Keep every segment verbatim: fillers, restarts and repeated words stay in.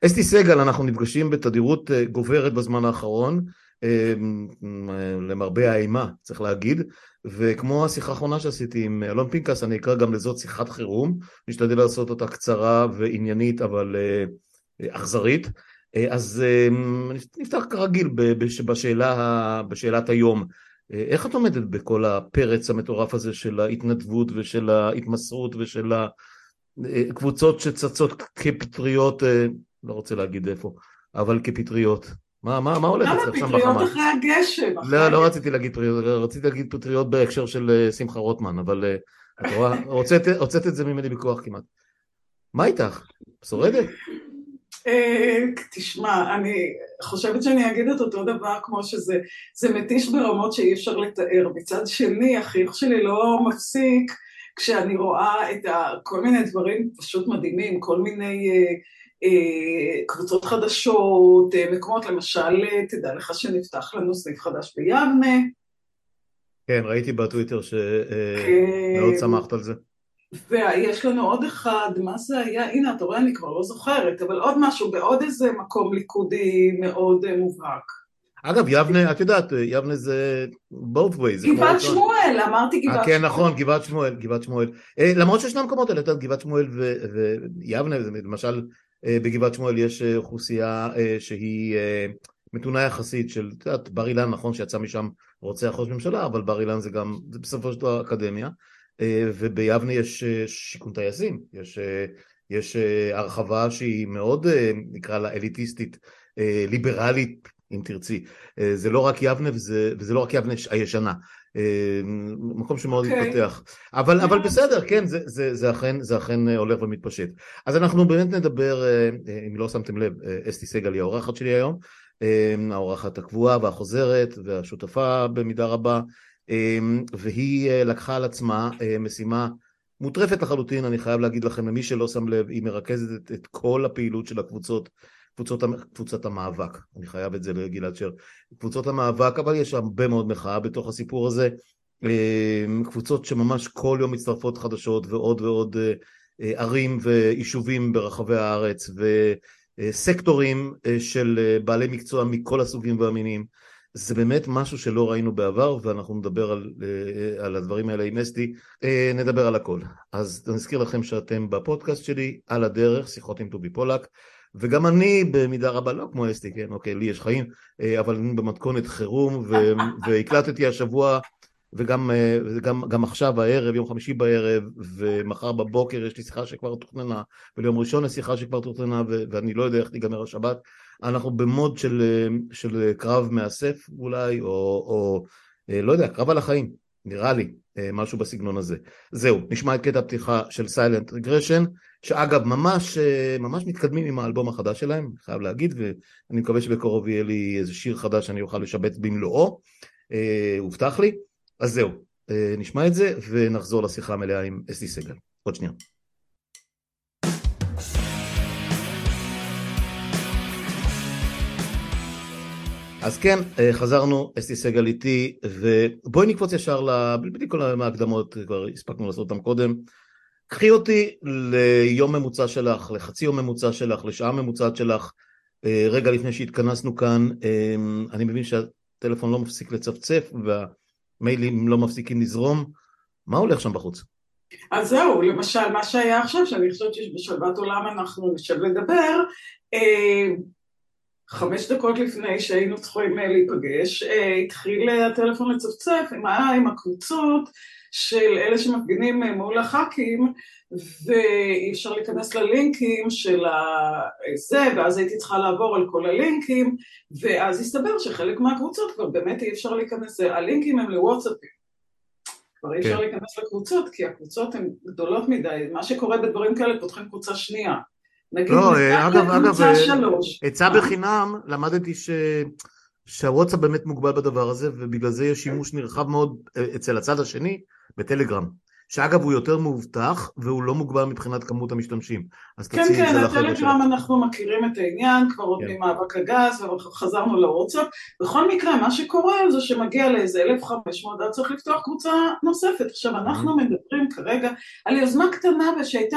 אסתי סגל, אנחנו נפגשים בתדירות גוברת בזמן האחרון, למרבה האימה, צריך להגיד, וכמו השיחה האחרונה שעשיתי עם אלון פינקס, אני אקרא גם לזאת שיחת חירום, נשתדל לעשות אותה קצרה ועניינית, אבל אכזרית. אז נפתח כרגיל בשאלה, בשאלת היום. איך את עומדת בכל הפרץ המטורף הזה של ההתנדבות ושל ההתמסרות ושל הקבוצות שצצות כפטריות, לא רוצה להגיד איפה, אבל כפטריות? מה, מה, מה הולך אצלך שם בחמה? למה פטריות אחרי הגשם? לא, לא רציתי להגיד פטריות, רציתי להגיד פטריות בהקשר של שמחה רוטמן, אבל את רואה, הוצאת את זה ממני בכוח כמעט. מה איתך? שורדת? תשמע, אני חושבת שאני אגיד את אותו דבר כמו שזה, זה מתיש ברמות שאי אפשר לתאר. מצד שני, החיוך שלי לא מפסיק כשאני רואה את כל מיני דברים פשוט מדהימים, כל מיני קבוצות חדשות, מקומות, למשל, תדע לך שנפתח לנו סניף חדש ביבנה. כן, ראיתי בטוויטר שמאוד שמחת על זה. ויש לנו עוד אחד, מה זה היה? הנה, אתה רואה, אני כבר לא זוכרת, אבל עוד משהו, בעוד איזה מקום ליכודי מאוד מובהק. אגב, יבנה, את יודעת, יבנה זה both ways. גבעת שמואל, אמרתי גבעת שמואל. כן, נכון, גבעת שמואל, גבעת שמואל. למרות שישנם מקומות האלה, גבעת שמואל ויבנה, למשל, בגבעת שמואל יש אוכלוסייה שהיא מתונה יחסית של, את יודעת, בר אילן, נכון שיצא משם רוצח ראש ממשלה, אבל בר אילן זה גם, זה בסופו של דבר אקדמיה, וביבנה יש שיכון טייסים, יש, יש הרחבה שהיא מאוד, נקרא לה אליטיסטית, ליברלית, אם תרצי. זה לא רק יבנה, וזה, וזה לא רק יבנה הישנה. מקום שמאוד okay. מתפתח. אבל, yeah. אבל בסדר, כן, זה, זה, זה אכן, זה אכן הולך ומתפשט. אז אנחנו באמת נדבר, אם לא שמתם לב, אסתי סגל היא האורחת שלי היום, האורחת הקבועה והחוזרת והשותפה במידה רבה, והיא לקחה על עצמה משימה מוטרפת לחלוטין. אני חייב להגיד לכם, למי שלא שם לב, היא מרכזת את, את כל הפעילות של הקבוצות, קבוצות, קבוצת המאבק, אני חייב את זה לגלעד שר, קבוצות המאבק, אבל יש הרבה מאוד מחאה בתוך הסיפור הזה, קבוצות שממש כל יום מצטרפות חדשות, ועוד ועוד ערים ויישובים ברחבי הארץ, וסקטורים של בעלי מקצוע מכל הסוגים והמינים. זה באמת משהו שלא ראינו בעבר, ואנחנו נדבר על, על הדברים האלה עם אסתי, נדבר על הכל. אז נזכיר לכם שאתם בפודקאסט שלי, על הדרך, שיחות עם טובי פולק, וגם אני במידה רבה, לא כמו אסתי, כן, אוקיי, לי יש חיים, אבל אני במתכונת חירום, והקלטתי השבוע, וגם גם, גם עכשיו הערב, יום חמישי בערב, ומחר בבוקר יש לי שיחה שכבר תוכננה, וליום ראשון יש שיחה שכבר תוכננה, ואני לא יודע איך תיגמר השבת. אנחנו במוד של, של קרב מאסף אולי, או, או לא יודע, קרב על החיים, נראה לי, משהו בסגנון הזה. זהו, נשמע את קטע הפתיחה של Silent Regression, שאגב ממש, ממש מתקדמים עם האלבום החדש שלהם, חייב להגיד, ואני מקווה שבקרוב יהיה לי איזה שיר חדש שאני אוכל לשבץ במלואו, הובטח לי. אז זהו, נשמע את זה ונחזור לשיחה המלאה עם אסתי סגל. עוד שנייה. אז כן, חזרנו, אסתי סגל איתי, ובואי נקפוץ ישר, בלי כל ההקדמות, כבר הספקנו לעשות אותם קודם. קחי אותי ליום ממוצע שלך, לחצי יום ממוצע שלך, לשעה ממוצעת שלך, רגע לפני שהתכנסנו כאן. אני מבין שהטלפון לא מפסיק לצפצף, והמיילים לא מפסיקים לזרום. מה הולך שם בחוץ? אז זהו, למשל, מה שהיה עכשיו, שאני חושבת שבשלוות עולם אנחנו נשב לדבר, חמש דקות לפני שהיינו צריכים להיפגש, התחיל הטלפון לצפצף עם, עם הקבוצות של אלה שמפגינים מול הח"כים, ואי אפשר להיכנס ללינקים של זה, ואז הייתי צריכה לעבור על כל הלינקים, ואז הסתבר שחלק מהקבוצות כבר באמת אי אפשר להיכנס, הלינקים הם לוואטסאפים, כבר אי אפשר כן. להיכנס לקבוצות, כי הקבוצות הן גדולות מדי, מה שקורה בדברים כאלה פותחים קבוצה שנייה, נגיד, לא, אגב, אגב, עצה בחינם, למדתי ש... שהוואטסאפ באמת מוגבל בדבר הזה, ובגלל זה יש שימוש נרחב מאוד אצל הצד השני, בטלגרם, שאגב הוא יותר מאובטח, והוא לא מוגבל מבחינת כמות המשתמשים. כן, כן, הטלגרם אנחנו מכירים את העניין, כבר עוד ממאבק הגז, וחזרנו לוואטסאפ. בכל מקרה, מה שקורה זה שמגיע לאיזה אלף וחמש מאות, צריך לפתוח קבוצה נוספת. עכשיו, אנחנו מדברים כרגע על יוזמה קטנה, ושהייתה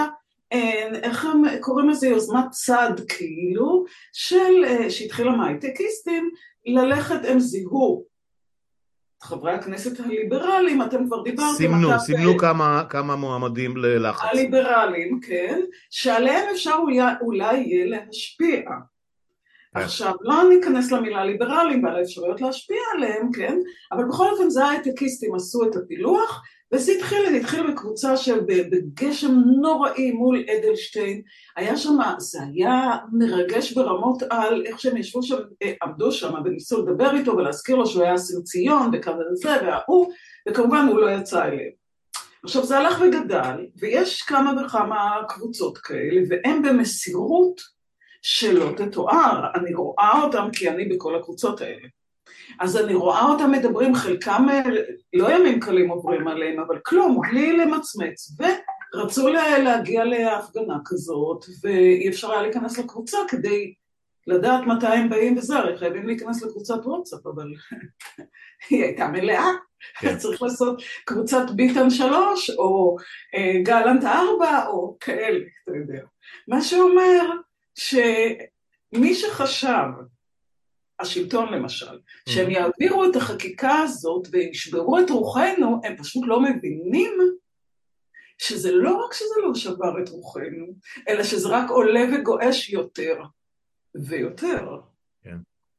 איך הם קוראים לזה, יוזמת צד כאילו, של, שהתחילה מהייטקיסטים, ללכת, הם זיהו חברי הכנסת הליברליים, אתם כבר דיברתם, סימנו, סימנו כמה, כמה מועמדים ללחץ. הליברליים, כן, שעליהם אפשר אולי יהיה להשפיע. עכשיו, לא ניכנס למילה ליברליים ועל האפשרויות להשפיע עליהם, כן, אבל בכל אופן זה ההייטקיסטים עשו את הפילוח, וזה התחיל, זה התחיל בקבוצה שבגשם נוראי מול אדלשטיין, היה שם, זה היה מרגש ברמות על איך שהם ישבו שם, עמדו שם וניסו לדבר איתו ולהזכיר לו שהוא היה אסיר ציון וכזה וזה והוא, וכמובן הוא לא יצא אליהם. עכשיו זה הלך וגדל, ויש כמה וכמה קבוצות כאלה, והם במסירות שלא תתואר, אני רואה אותם כי אני בכל הקבוצות האלה. אז אני רואה אותם מדברים, חלקם לא ימים קלים עוברים עליהם, אבל כלום, בלי למצמץ, ורצו להגיע להפגנה כזאת, ואי אפשר היה להיכנס לקבוצה כדי לדעת מתי הם באים וזה, הרי חייבים להיכנס לקבוצת וואטסאפ, אבל היא הייתה מלאה, צריך לעשות קבוצת ביטן שלוש, או גלנט ארבע, או כאלה, אתה יודע. מה שאומר שמי שחשב, השלטון למשל, שהם יעבירו את החקיקה הזאת וישברו את רוחנו, הם פשוט לא מבינים שזה לא רק שזה לא שבר את רוחנו, אלא שזה רק עולה וגואש יותר ויותר. כן.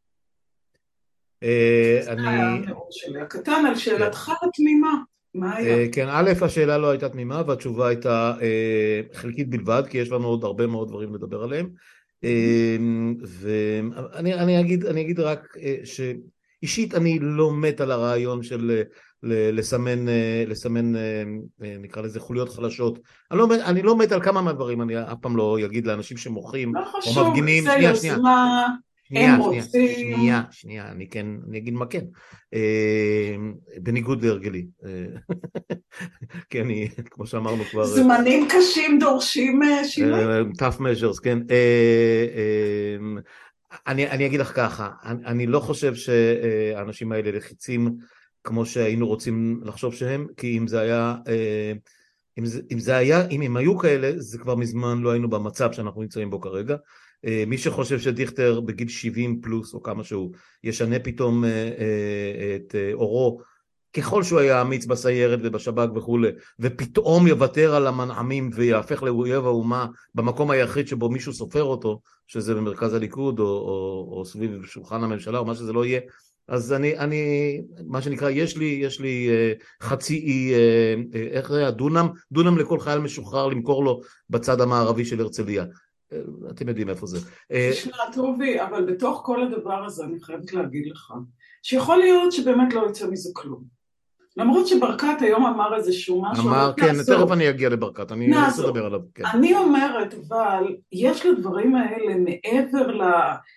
זה היה המאוד שלי, הקטן על שאלתך התמימה. מה היה? כן, א', השאלה לא הייתה תמימה, והתשובה הייתה חלקית בלבד, כי יש לנו עוד הרבה מאוד דברים לדבר עליהם. ואני אני אגיד, אני אגיד רק שאישית אני לא מת על הרעיון של לסמן, לסמן, נקרא לזה חוליות חלשות. אני לא, אני לא מת על כמה מהדברים, אני אף פעם לא אגיד לאנשים שמוחים לא חשוב, או מפגינים. זה שנייה, יוזמה, שנייה, הם שנייה, רוצים. שנייה, שנייה, אני כן, אני אגיד מה כן. בניגוד להרגלי. כי אני, כמו שאמרנו כבר... זמנים קשים דורשים שינוי. tough measures, כן. אני, אני אגיד לך ככה, אני, אני לא חושב שהאנשים האלה לחיצים כמו שהיינו רוצים לחשוב שהם, כי אם זה היה, אם זה, אם זה היה, אם הם היו כאלה, זה כבר מזמן לא היינו במצב שאנחנו נמצאים בו כרגע. מי שחושב שדיכטר בגיל שבעים פלוס או כמה שהוא ישנה פתאום את אורו, ככל שהוא היה אמיץ בסיירת ובשב"כ וכו', ופתאום יוותר על המנעמים ויהפך לאויב האומה במקום היחיד שבו מישהו סופר אותו, שזה במרכז הליכוד או, או, או סביב שולחן הממשלה או מה שזה לא יהיה, אז אני, אני, מה שנקרא, יש לי, יש לי חצי, איך זה היה, דונם, דונם לכל חייל משוחרר למכור לו בצד המערבי של הרצליה. אתם יודעים איפה זה. תשמע, טובי, אבל בתוך כל הדבר הזה אני חייבת להגיד לך, שיכול להיות שבאמת לא יוצא מזה כלום. למרות שברקת היום אמר איזשהו משהו... אמר, כן, תכף אני אגיע לברקת, אני רוצה לדבר עליו. אני אומרת, אבל יש לדברים האלה מעבר ל...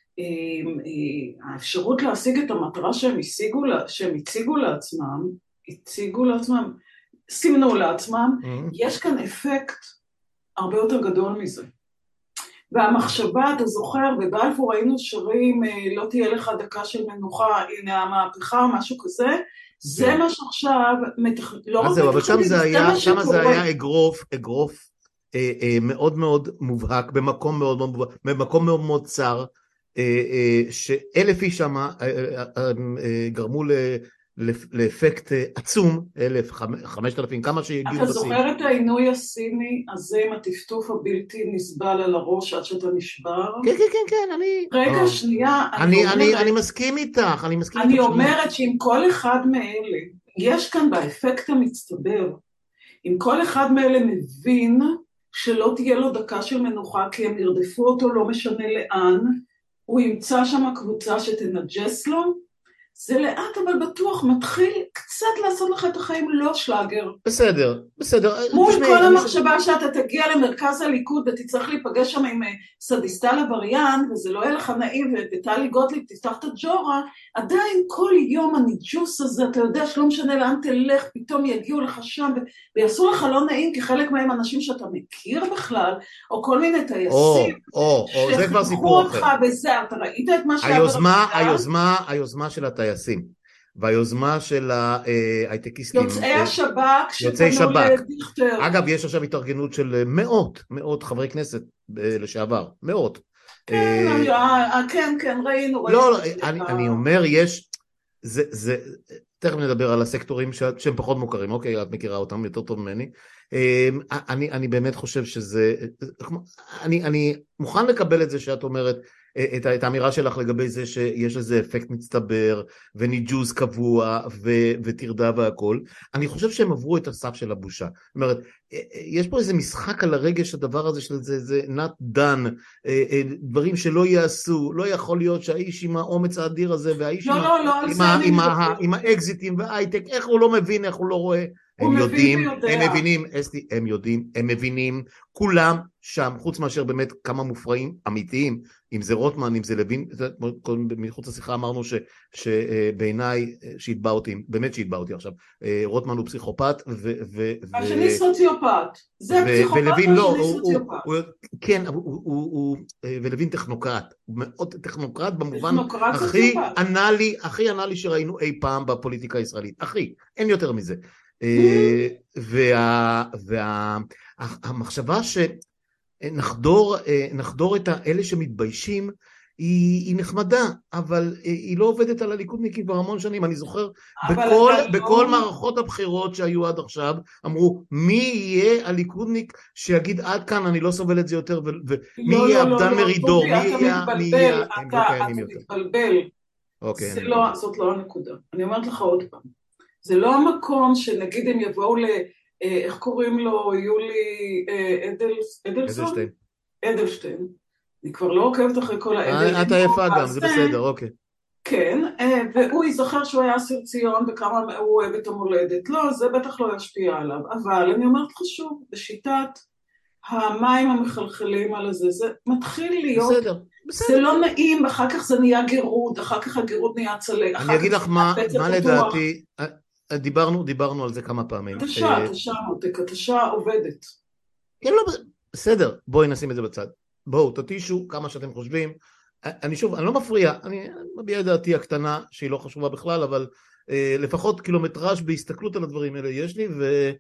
האפשרות להשיג את המטרה שהם השיגו, שהם הציגו לעצמם, הציגו לעצמם, סימנו לעצמם, יש כאן אפקט הרבה יותר גדול מזה. והמחשבה, אתה זוכר, בבלפור היינו שרים, לא תהיה לך דקה של מנוחה, הנה המהפכה או משהו כזה, זה מה שעכשיו, לא רק מתכנית, אבל שם זה היה, שם זה היה אגרוף, אגרוף מאוד מאוד מובהק, במקום מאוד מאוד מובהק, במקום מאוד מאוד צר, שאלף איש שם גרמו לאפקט עצום, אלף, חמשת אלפים, כמה שיגיעו בסין. אתה זוכר את העינוי הסיני הזה עם הטפטוף הבלתי נסבל על הראש עד שאתה נשבר? כן, כן, כן, כן, אני... רגע, שנייה. אני מסכים איתך, אני מסכים איתך. אני אומרת שאם כל אחד מאלה, יש כאן באפקט המצטבר, אם כל אחד מאלה מבין שלא תהיה לו דקה של מנוחה, כי הם ירדפו אותו לא משנה לאן, הוא ימצא שם קבוצה שתנג'ס לו, זה לאט אבל בטוח מתחיל קצת לעשות לך את החיים לא שלאגר. בסדר, בסדר. מול כל המחשבה שאתה תגיע למרכז הליכוד ותצטרך להיפגש שם עם סדיסטל עבריין, וזה לא יהיה לך נעים, וטלי גוטליב תפתח את הג'ורה, עדיין כל יום הניג'וס הזה, אתה יודע שלא משנה לאן תלך, פתאום יגיעו לך שם, ויעשו לך לא נעים, כי חלק מהם אנשים שאתה מכיר בכלל, או כל מיני טייסים, או, או, זה כבר סיפור אחר. בזה, אתה ראית את מה היוזמה, היוזמה, היוזמה של הטייסים, והיוזמה של ההייטקיסטים, יוצאי השב"כ יוצאי שפנו שב"כ. לדיכטר. אגב, יש עכשיו התארגנות של מאות, מאות חברי כנסת לשעבר, מאות. כן, כן, כן, ראינו. לא, לא, אני, אני אומר, יש, זה, זה, תכף נדבר על הסקטורים שהם פחות מוכרים, אוקיי, את מכירה אותם יותר טוב ממני. אני, אני באמת חושב שזה, אני, אני מוכן לקבל את זה שאת אומרת, את, את האמירה שלך לגבי זה שיש לזה אפקט מצטבר, וניג'וז קבוע, ו, ותרדה והכל. אני חושב שהם עברו את הסף של הבושה. זאת אומרת, יש פה איזה משחק על הרגש הדבר הזה של זה, זה not done, דברים שלא יעשו, לא יכול להיות שהאיש עם האומץ האדיר הזה, והאיש לא, עם, לא, לא, עם, עם, עם, עם האקזיטים וההייטק, איך הוא לא מבין, איך הוא לא רואה, הם יודעים, הם מבינים, אסתי, הם יודעים, הם מבינים, כולם שם, חוץ מאשר באמת כמה מופרעים אמיתיים, אם זה רוטמן, אם זה לוין, מחוץ לשיחה אמרנו ש, שבעיניי, שהתבע אותי, באמת שהתבע אותי עכשיו, רוטמן הוא פסיכופת, ו... ו השני סוציופת, זה פסיכופת והשני סוציופת. כן, ולוין טכנוקרט, הוא מאוד טכנוקרט במובן הכי אנלי, הכי אנלי שראינו אי פעם בפוליטיקה הישראלית, הכי, אין יותר מזה. והמחשבה שנחדור נחדור את האלה שמתביישים היא, היא נחמדה, אבל היא לא עובדת על הליכודניקים כבר המון שנים. אני זוכר בכל, בכל לא... מערכות הבחירות שהיו עד עכשיו, אמרו מי יהיה הליכודניק שיגיד עד כאן אני לא סובל את זה יותר, ומי לא, יהיה לא, עבדן לא, מרידור, לא, מי יהיה, מי יהיה, אתה, אתה, אתה מתבלבל, אוקיי, זה לא, זאת לא הנקודה. אני אומרת לך עוד פעם, זה לא המקום שנגיד הם יבואו ל... איך קוראים לו? יולי אדלסון? אדלשטיין. אני כבר לא עוקבת אחרי כל האדל. אתה יפה גם, זה בסדר, אוקיי. כן, והוא יזכר שהוא היה אסיר ציון וכמה הוא אוהב את המולדת. לא, זה בטח לא ישפיע עליו. אבל אני אומרת לך שוב, בשיטת המים המחלחלים על זה, זה מתחיל להיות... בסדר, בסדר. זה לא נעים, אחר כך זה נהיה גירוד, אחר כך הגירוד נהיה צלק. אני אגיד לך מה לדעתי... דיברנו, דיברנו על זה כמה פעמים. התשה, התשה מותק, התשה עובדת. כן, לא, בסדר, בואי נשים את זה בצד. בואו, תתישו כמה שאתם חושבים. אני שוב, אני לא מפריע, אני מביע את דעתי הקטנה, שהיא לא חשובה בכלל, אבל אה, לפחות קילומטראז' בהסתכלות על הדברים האלה יש לי,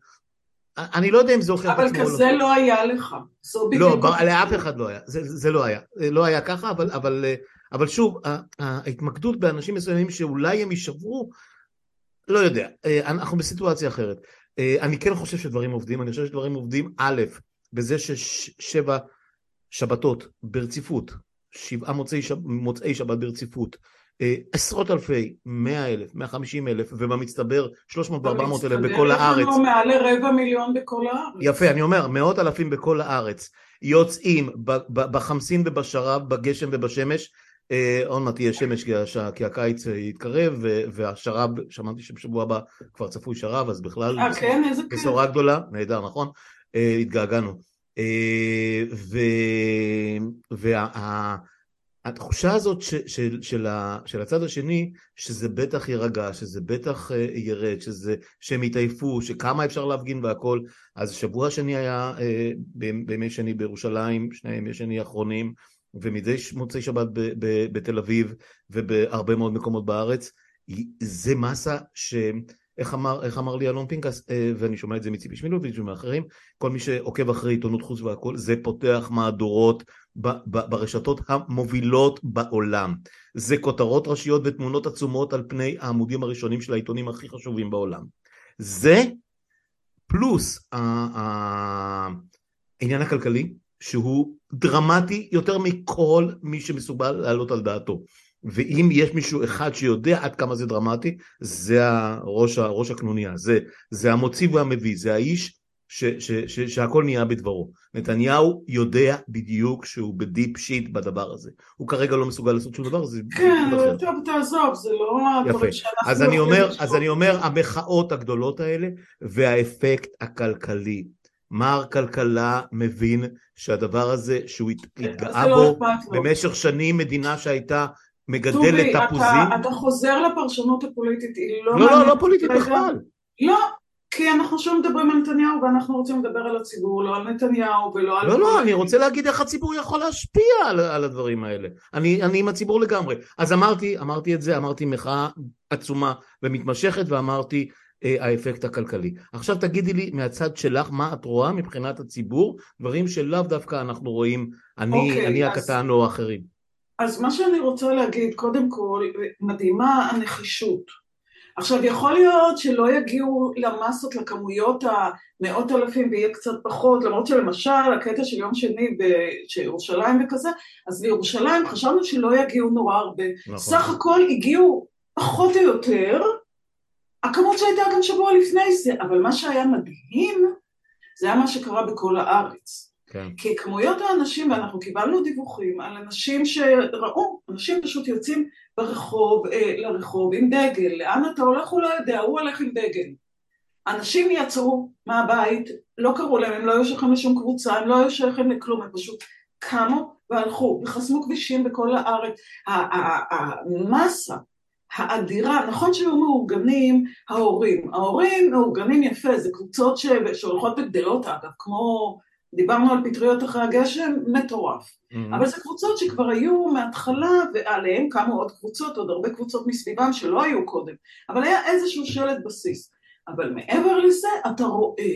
ואני לא יודע אם זה הוכיח את עצמו. אבל כזה לא היה לך. לא, לאף אחד לא היה. זה, זה לא היה. לא היה ככה, אבל, אבל, אבל שוב, ההתמקדות באנשים מסוימים שאולי הם יישברו, לא יודע, אנחנו בסיטואציה אחרת. אני כן חושב שדברים עובדים, אני חושב שדברים עובדים א', בזה ששבע שבתות ברציפות, שבעה מוצאי, שב, מוצאי שבת ברציפות, עשרות אלפי, מאה אלף, מאה וחמישים אלף, ובמצטבר שלוש מאות וארבע מאות אלף בכל הארץ. במצטבר מעל לרבע מיליון בכל הארץ. יפה, אני אומר, מאות אלפים בכל הארץ, יוצאים בחמסין ובשרב, בגשם ובשמש, עוד מעט תהיה שמש כי הקיץ יתקרב, והשרב, שמעתי שבשבוע הבא כבר צפוי שרב, אז בכלל בשורה גדולה, נהדר, נכון? התגעגענו. והתחושה הזאת של הצד השני, שזה בטח ירגע, שזה בטח ירד, שהם יתעייפו, שכמה אפשר להפגין והכל, אז שבוע שני היה בימי שני בירושלים, שני ימי שני האחרונים, ומדי מוצאי שבת ב- ב- בתל אביב ובהרבה מאוד מקומות בארץ, זה מסה ש... איך אמר, איך אמר לי אלון פינקס, ואני שומע את זה מציפי שמילוביץ' ומאחרים, כל מי שעוקב אחרי עיתונות חוץ והכל, זה פותח מהדורות ב- ב- ברשתות המובילות בעולם. זה כותרות ראשיות ותמונות עצומות על פני העמודים הראשונים של העיתונים הכי חשובים בעולם. זה פלוס העניין הכלכלי, שהוא דרמטי יותר מכל מי שמסוגל לעלות על דעתו. ואם יש מישהו אחד שיודע עד כמה זה דרמטי, זה הראש, הראש הקנוניה, זה, זה המוציא והמביא, זה האיש ש, ש, ש, שהכל נהיה בדברו. נתניהו יודע בדיוק שהוא בדיפ שיט בדבר הזה. הוא כרגע לא מסוגל לעשות שום דבר, זה... כן, טוב, תעזוב, זה לא... יפה. אז אני אומר, אז אני אומר, המחאות הגדולות האלה, והאפקט הכלכלי. מר כלכלה מבין שהדבר הזה, שהוא התגאה בו במשך שנים, מדינה שהייתה מגדלת תפוזים. אתה חוזר לפרשנות הפוליטית, היא לא... לא, לא, לא פוליטית בכלל. לא, כי אנחנו שוב מדברים על נתניהו, ואנחנו רוצים לדבר על הציבור, לא על נתניהו ולא על... לא, לא, אני רוצה להגיד איך הציבור יכול להשפיע על, על הדברים האלה. אני, אני עם הציבור לגמרי. אז אמרתי, אמרתי את זה, אמרתי מחאה עצומה ומתמשכת, ואמרתי אה, האפקט הכלכלי. עכשיו תגידי לי מהצד שלך, מה את רואה מבחינת הציבור, דברים שלאו דווקא אנחנו רואים, אני, אוקיי, אני אז, הקטן או אחרים. אז מה שאני רוצה להגיד, קודם כל, מדהימה הנחישות. עכשיו, יכול להיות שלא יגיעו למסות, לכמויות המאות אלפים, ויהיה קצת פחות, למרות שלמשל, הקטע של יום שני בירושלים וכזה, אז בירושלים חשבנו שלא יגיעו נורא הרבה. נכון. סך הכל הגיעו פחות או יותר, הכמות שהייתה גם שבוע לפני זה, אבל מה שהיה מדהים, זה היה מה שקרה בכל הארץ. כן. כי כמויות האנשים, ואנחנו קיבלנו דיווחים על אנשים שראו, אנשים פשוט יוצאים ברחוב, אה, לרחוב עם דגל, לאן אתה הולך הוא לא יודע, הוא הולך עם דגל. אנשים יצאו מהבית, לא קראו להם, הם לא היו שייכים לשום קבוצה, הם לא היו שייכים לכלום, הם פשוט קמו והלכו, וחסמו כבישים בכל הארץ. המסה האדירה, נכון שהיו מאורגנים ההורים, ההורים מאורגנים יפה, זה קבוצות שהולכות בגדלות אגב, כמו... דיברנו על פטריות אחרי הגשם, מטורף. Mm-hmm. אבל זה קבוצות שכבר היו מההתחלה, ועליהם קמו עוד קבוצות, עוד הרבה קבוצות מסביבם שלא היו קודם. אבל היה איזשהו שלט בסיס. אבל מעבר לזה, אתה רואה,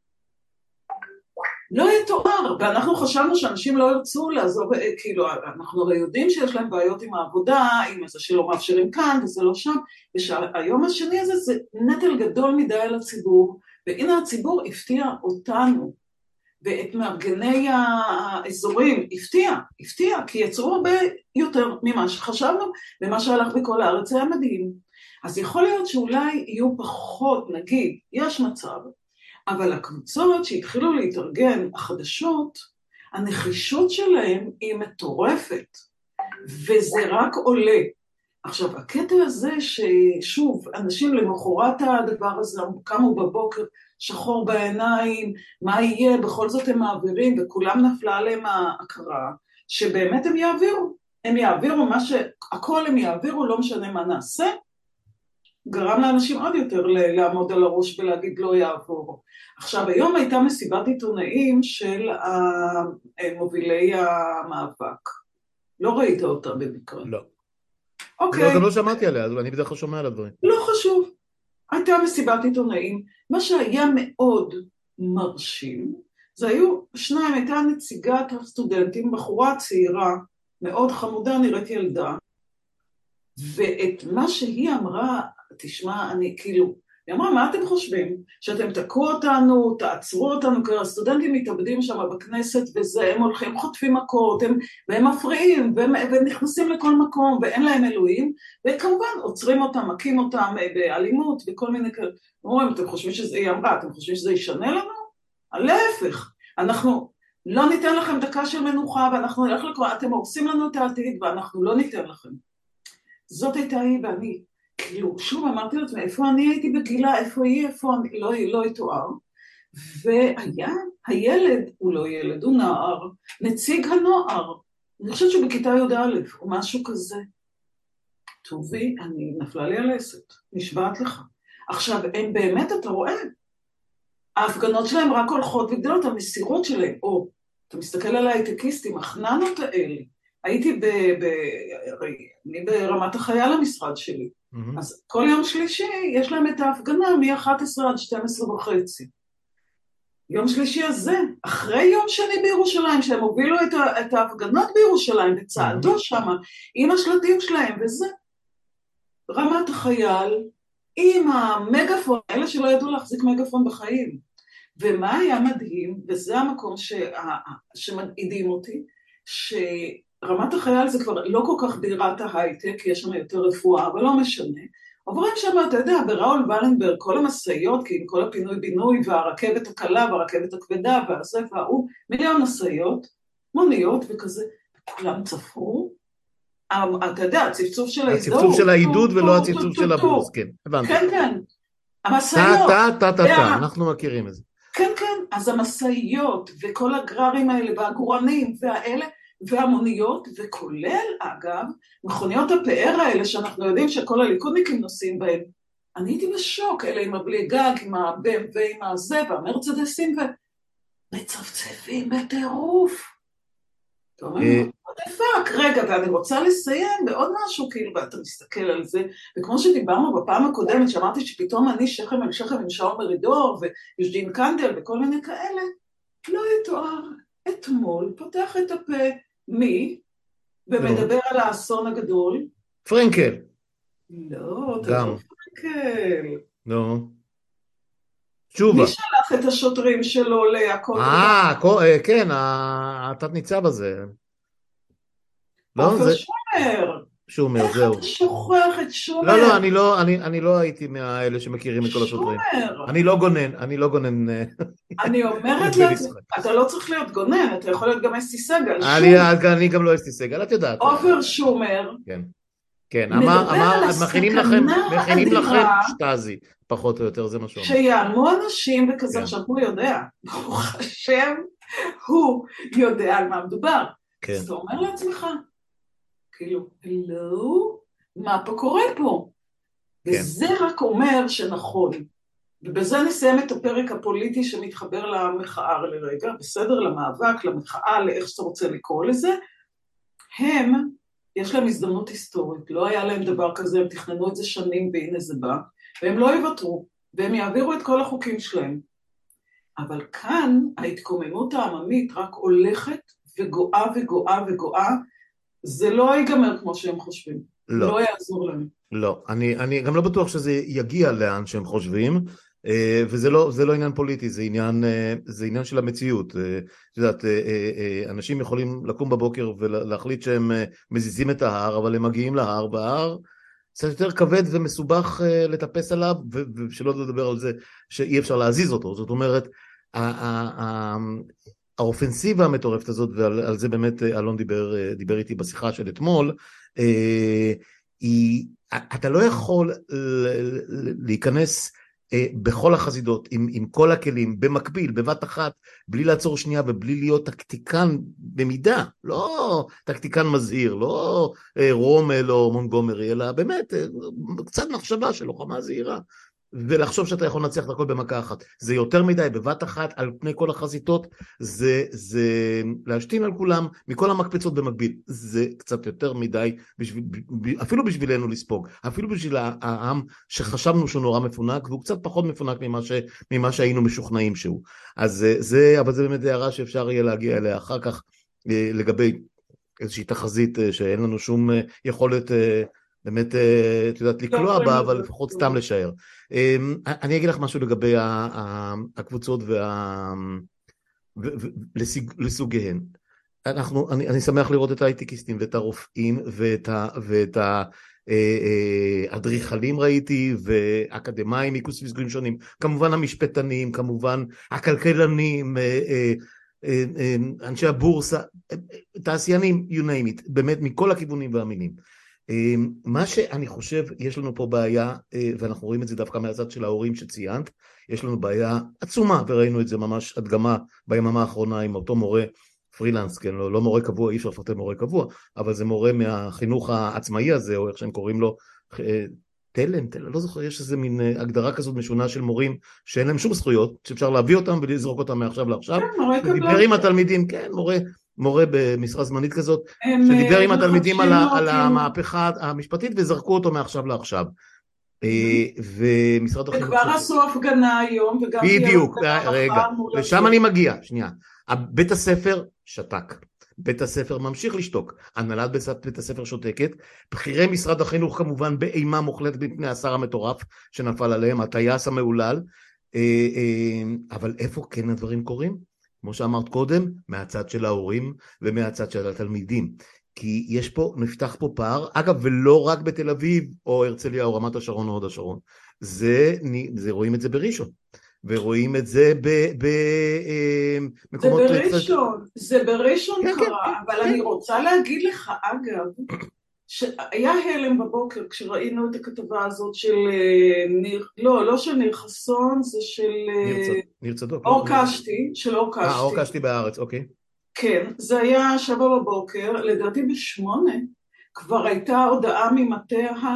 לא יתואר, ואנחנו חשבנו שאנשים לא ירצו לעזוב, כאילו, אנחנו הרי יודעים שיש להם בעיות עם העבודה, עם איזה שלא מאפשרים כאן, וזה לא שם, ושהיום השני הזה זה נטל גדול מדי על הציבור, והנה הציבור הפתיע אותנו. ואת מארגני האזורים הפתיע, הפתיע, כי יצאו הרבה יותר ממה שחשבנו, ומה שהלך בכל הארץ היה מדהים. אז יכול להיות שאולי יהיו פחות, נגיד, יש מצב, אבל הקבוצות שהתחילו להתארגן, החדשות, הנחישות שלהם היא מטורפת, וזה רק עולה. עכשיו, הקטע הזה ששוב, אנשים למחרת הדבר הזה, קמו בבוקר, שחור בעיניים, מה יהיה, בכל זאת הם מעבירים, וכולם נפלה עליהם ההכרה, שבאמת הם יעבירו, הם יעבירו מה ש... הכל הם יעבירו, לא משנה מה נעשה, גרם לאנשים עוד יותר לעמוד על הראש ולהגיד לא יעבור. עכשיו, היום הייתה מסיבת עיתונאים של מובילי המאבק. לא ראית אותה במקרה? לא. אוקיי. לא, גם לא שמעתי עליה, אז אני בדרך כלל שומע על הדברים. לא חשוב. הייתה מסיבת עיתונאים. מה שהיה מאוד מרשים, זה היו שניים, הייתה נציגת הסטודנטים, בחורה צעירה, מאוד חמודה, נראית ילדה, ואת מה שהיא אמרה, תשמע, אני כאילו, היא אמרה, מה אתם חושבים? שאתם תקעו אותנו, תעצרו אותנו, כי הסטודנטים מתאבדים שם בכנסת, וזה, הם הולכים, חוטפים מכות, הם, והם מפריעים, והם, והם נכנסים לכל מקום, ואין להם אלוהים, וכמובן, עוצרים אותם, מכים אותם באלימות, וכל מיני כאלה. אומרים, אתם חושבים שזה, היא אמרה, אתם חושבים שזה ישנה לנו? להפך, אנחנו לא ניתן לכם דקה של מנוחה, ואנחנו נלך לקרוא, אתם הורסים לנו את העתיד, ואנחנו לא ניתן לכם. זאת הייתה היא, ואני, כאילו, שוב אמרתי לעצמי, איפה אני הייתי בגילה, איפה היא, איפה אני, לא, לא יתואר. והיה, הילד, הוא לא ילד, הוא נער, נציג הנוער, אני חושבת שהוא בכיתה י"א, או משהו כזה. טובי, אני נפלה לי על עסת, נשבעת לך. עכשיו, הם באמת, אתה רואה, ההפגנות שלהם רק הולכות וגדלות, המסירות שלהם, או, אתה מסתכל על ההייטקיסטים, החננות האלה, הייתי ב, ב, אני ברמת החייל המשרד שלי, mm-hmm. אז כל יום שלישי יש להם את ההפגנה מ-אחת עשרה עד שתים עשרה וחצי. יום שלישי הזה, אחרי יום שני בירושלים, שהם הובילו את, ה, את ההפגנות בירושלים, וצעדו mm-hmm. שם עם השלטים שלהם, וזה רמת החייל, עם המגפון, אלה שלא ידעו להחזיק מגפון בחיים. ומה היה מדהים, וזה המקום ש... שמדהים אותי, שרמת החייל זה כבר לא כל כך בירת ההייטק, יש שם יותר רפואה, אבל לא משנה. עוברים שם, אתה יודע, בראול ולנברג, כל המסעיות, כי עם כל הפינוי-בינוי, והרכבת הקלה, והרכבת הכבדה, והזה והוא, מיליון מסעיות, מוניות וכזה, וכולם צפו. אתה יודע, הצפצוף של העידוד. הצפצוף של העידוד ולא הצפצוף של הבוס, כן, הבנתי. כן, כן. המסעיות. טה, טה, טה, טה, אנחנו מכירים את זה. כן, כן, אז המסעיות וכל הגררים האלה והגורנים והאלה והמוניות, וכולל, אגב, מכוניות הפאר האלה שאנחנו יודעים שכל הליכודניקים נוסעים בהם, אני הייתי בשוק, אלה עם הבלי גג, עם ה-בי אם ועם הזה, והמרצדסים, ומצפצפים בטירוף. אתה אומר, מה דפק? רגע, ואני רוצה לסיים בעוד משהו, כאילו, ואתה מסתכל על זה, וכמו שדיברנו בפעם הקודמת, שאמרתי שפתאום אני שכם על שכם עם שאול מרידור, ויוג'ין קנדל, וכל מיני כאלה, לא יתואר, אתמול פותח את הפה, מי? ומדבר על האסון הגדול. פרנקל. לא, אתה לא פרנקל. לא. תשובה. מי שלח את השוטרים שלו להכל? אה, כן, התת ניצב הזה. עופר שומר. שומר, זהו. איך אתה שוכח את שומר? לא, לא, אני לא, אני, אני לא הייתי מהאלה שמכירים את כל השוטרים. שומר. אני לא גונן, אני לא גונן. אני אומרת לעצמך, אתה לא צריך להיות גונן, אתה יכול להיות גם אסתי סגל. אני גם לא אסתי סגל, את יודעת. עופר שומר. כן. כן, אמר, אמר, מכינים לכם, מכינים לכם שטאזי, פחות או יותר, זה מה שאומר. שיענו אנשים וכזה, עכשיו הוא יודע, ברוך השם, הוא יודע על מה מדובר. כן. אז אתה אומר לעצמך, כאילו, לא, מה פה קורה פה? כן. וזה רק אומר שנכון. ובזה נסיים את הפרק הפוליטי שמתחבר למחאה לרגע, בסדר, למאבק, למחאה, לאיך שאתה רוצה לקרוא לזה. הם, יש להם הזדמנות היסטורית, לא היה להם דבר כזה, הם תכננו את זה שנים והנה זה בא, והם לא יוותרו, והם יעבירו את כל החוקים שלהם. אבל כאן ההתקוממות העממית רק הולכת וגואה וגואה וגואה, זה לא ייגמר כמו שהם חושבים, לא, לא יעזור להם. לא, אני, אני גם לא בטוח שזה יגיע לאן שהם חושבים, וזה לא, זה לא עניין פוליטי, זה עניין, זה עניין של המציאות. את יודעת, אנשים יכולים לקום בבוקר ולהחליט שהם מזיזים את ההר, אבל הם מגיעים להר, וההר קצת יותר כבד ומסובך לטפס עליו, ושלא לדבר על זה שאי אפשר להזיז אותו. זאת אומרת, האופנסיבה המטורפת הזאת, ועל זה באמת אלון דיבר, דיבר איתי בשיחה של אתמול, היא, אתה לא יכול להיכנס בכל החזידות, עם, עם כל הכלים, במקביל, בבת אחת, בלי לעצור שנייה ובלי להיות טקטיקן במידה, לא טקטיקן מזהיר, לא רומל או מונגומרי, אלא באמת קצת מחשבה של לוחמה זהירה, ולחשוב שאתה יכול לנצח את הכל במכה אחת. זה יותר מדי, בבת אחת, על פני כל החזיתות, זה, זה להשתין על כולם, מכל המקפצות במקביל. זה קצת יותר מדי, בשביל, אפילו בשבילנו לספוג, אפילו בשביל העם שחשבנו שהוא נורא מפונק, והוא קצת פחות מפונק ממה, ש, ממה שהיינו משוכנעים שהוא. אז זה, אבל זה באמת הערה שאפשר יהיה להגיע אליה אחר כך, לגבי איזושהי תחזית שאין לנו שום יכולת באמת, את יודעת, לקלוע בה, אבל לפחות סתם לשער. אני אגיד לך משהו לגבי הקבוצות ולסוגיהן. אנחנו, אני, אני שמח לראות את ההייטקיסטים ואת הרופאים ואת האדריכלים ראיתי, ואקדמיים מקוספים שונים, כמובן המשפטנים, כמובן הכלכלנים, אנשי הבורסה, תעשיינים, you name it, באמת מכל הכיוונים והמינים. מה שאני חושב, יש לנו פה בעיה, ואנחנו רואים את זה דווקא מהצד של ההורים שציינת, יש לנו בעיה עצומה, וראינו את זה ממש הדגמה ביממה האחרונה עם אותו מורה פרילנס, כן, לא, לא מורה קבוע, אי אפשר לפטר מורה קבוע, אבל זה מורה מהחינוך העצמאי הזה, או איך שהם קוראים לו, טלנט, לא זוכר, יש איזה מין הגדרה כזאת משונה של מורים שאין להם שום זכויות, שאפשר להביא אותם ולזרוק אותם מעכשיו לעכשיו, ודיבר עם התלמידים, כן, מורה, מורה במשרה זמנית כזאת, שדיבר עם התלמידים על, על המהפכה המשפטית וזרקו אותו מעכשיו לעכשיו. ומשרד החינוך... וכבר עשו הפגנה היום, וגם... בדיוק, רגע, ושם אני מגיע, שנייה. בית הספר שתק. בית הספר ממשיך לשתוק, הנהלת בית הספר שותקת, בכירי משרד החינוך כמובן באימה מוחלטת בפני השר המטורף שנפל עליהם, הטייס המעולל, אבל איפה כן הדברים קורים? כמו שאמרת קודם, מהצד של ההורים ומהצד של התלמידים, כי יש פה, נפתח פה פער, אגב, ולא רק בתל אביב או הרצליה או רמת השרון או הוד השרון, זה, זה רואים את זה בראשון. ורואים את זה במקומות... זה בראשון, זה בראשון קרה, אבל אני רוצה להגיד לך, אגב, שהיה הלם בבוקר כשראינו את הכתבה הזאת של ניר, לא, לא של ניר חסון, זה של... ניר צדוק. אור קשתי, של אור קשתי. אה, אור קשתי בארץ, אוקיי. כן, זה היה שבוע בבוקר, לדעתי בשמונה, כבר הייתה הודעה ממטה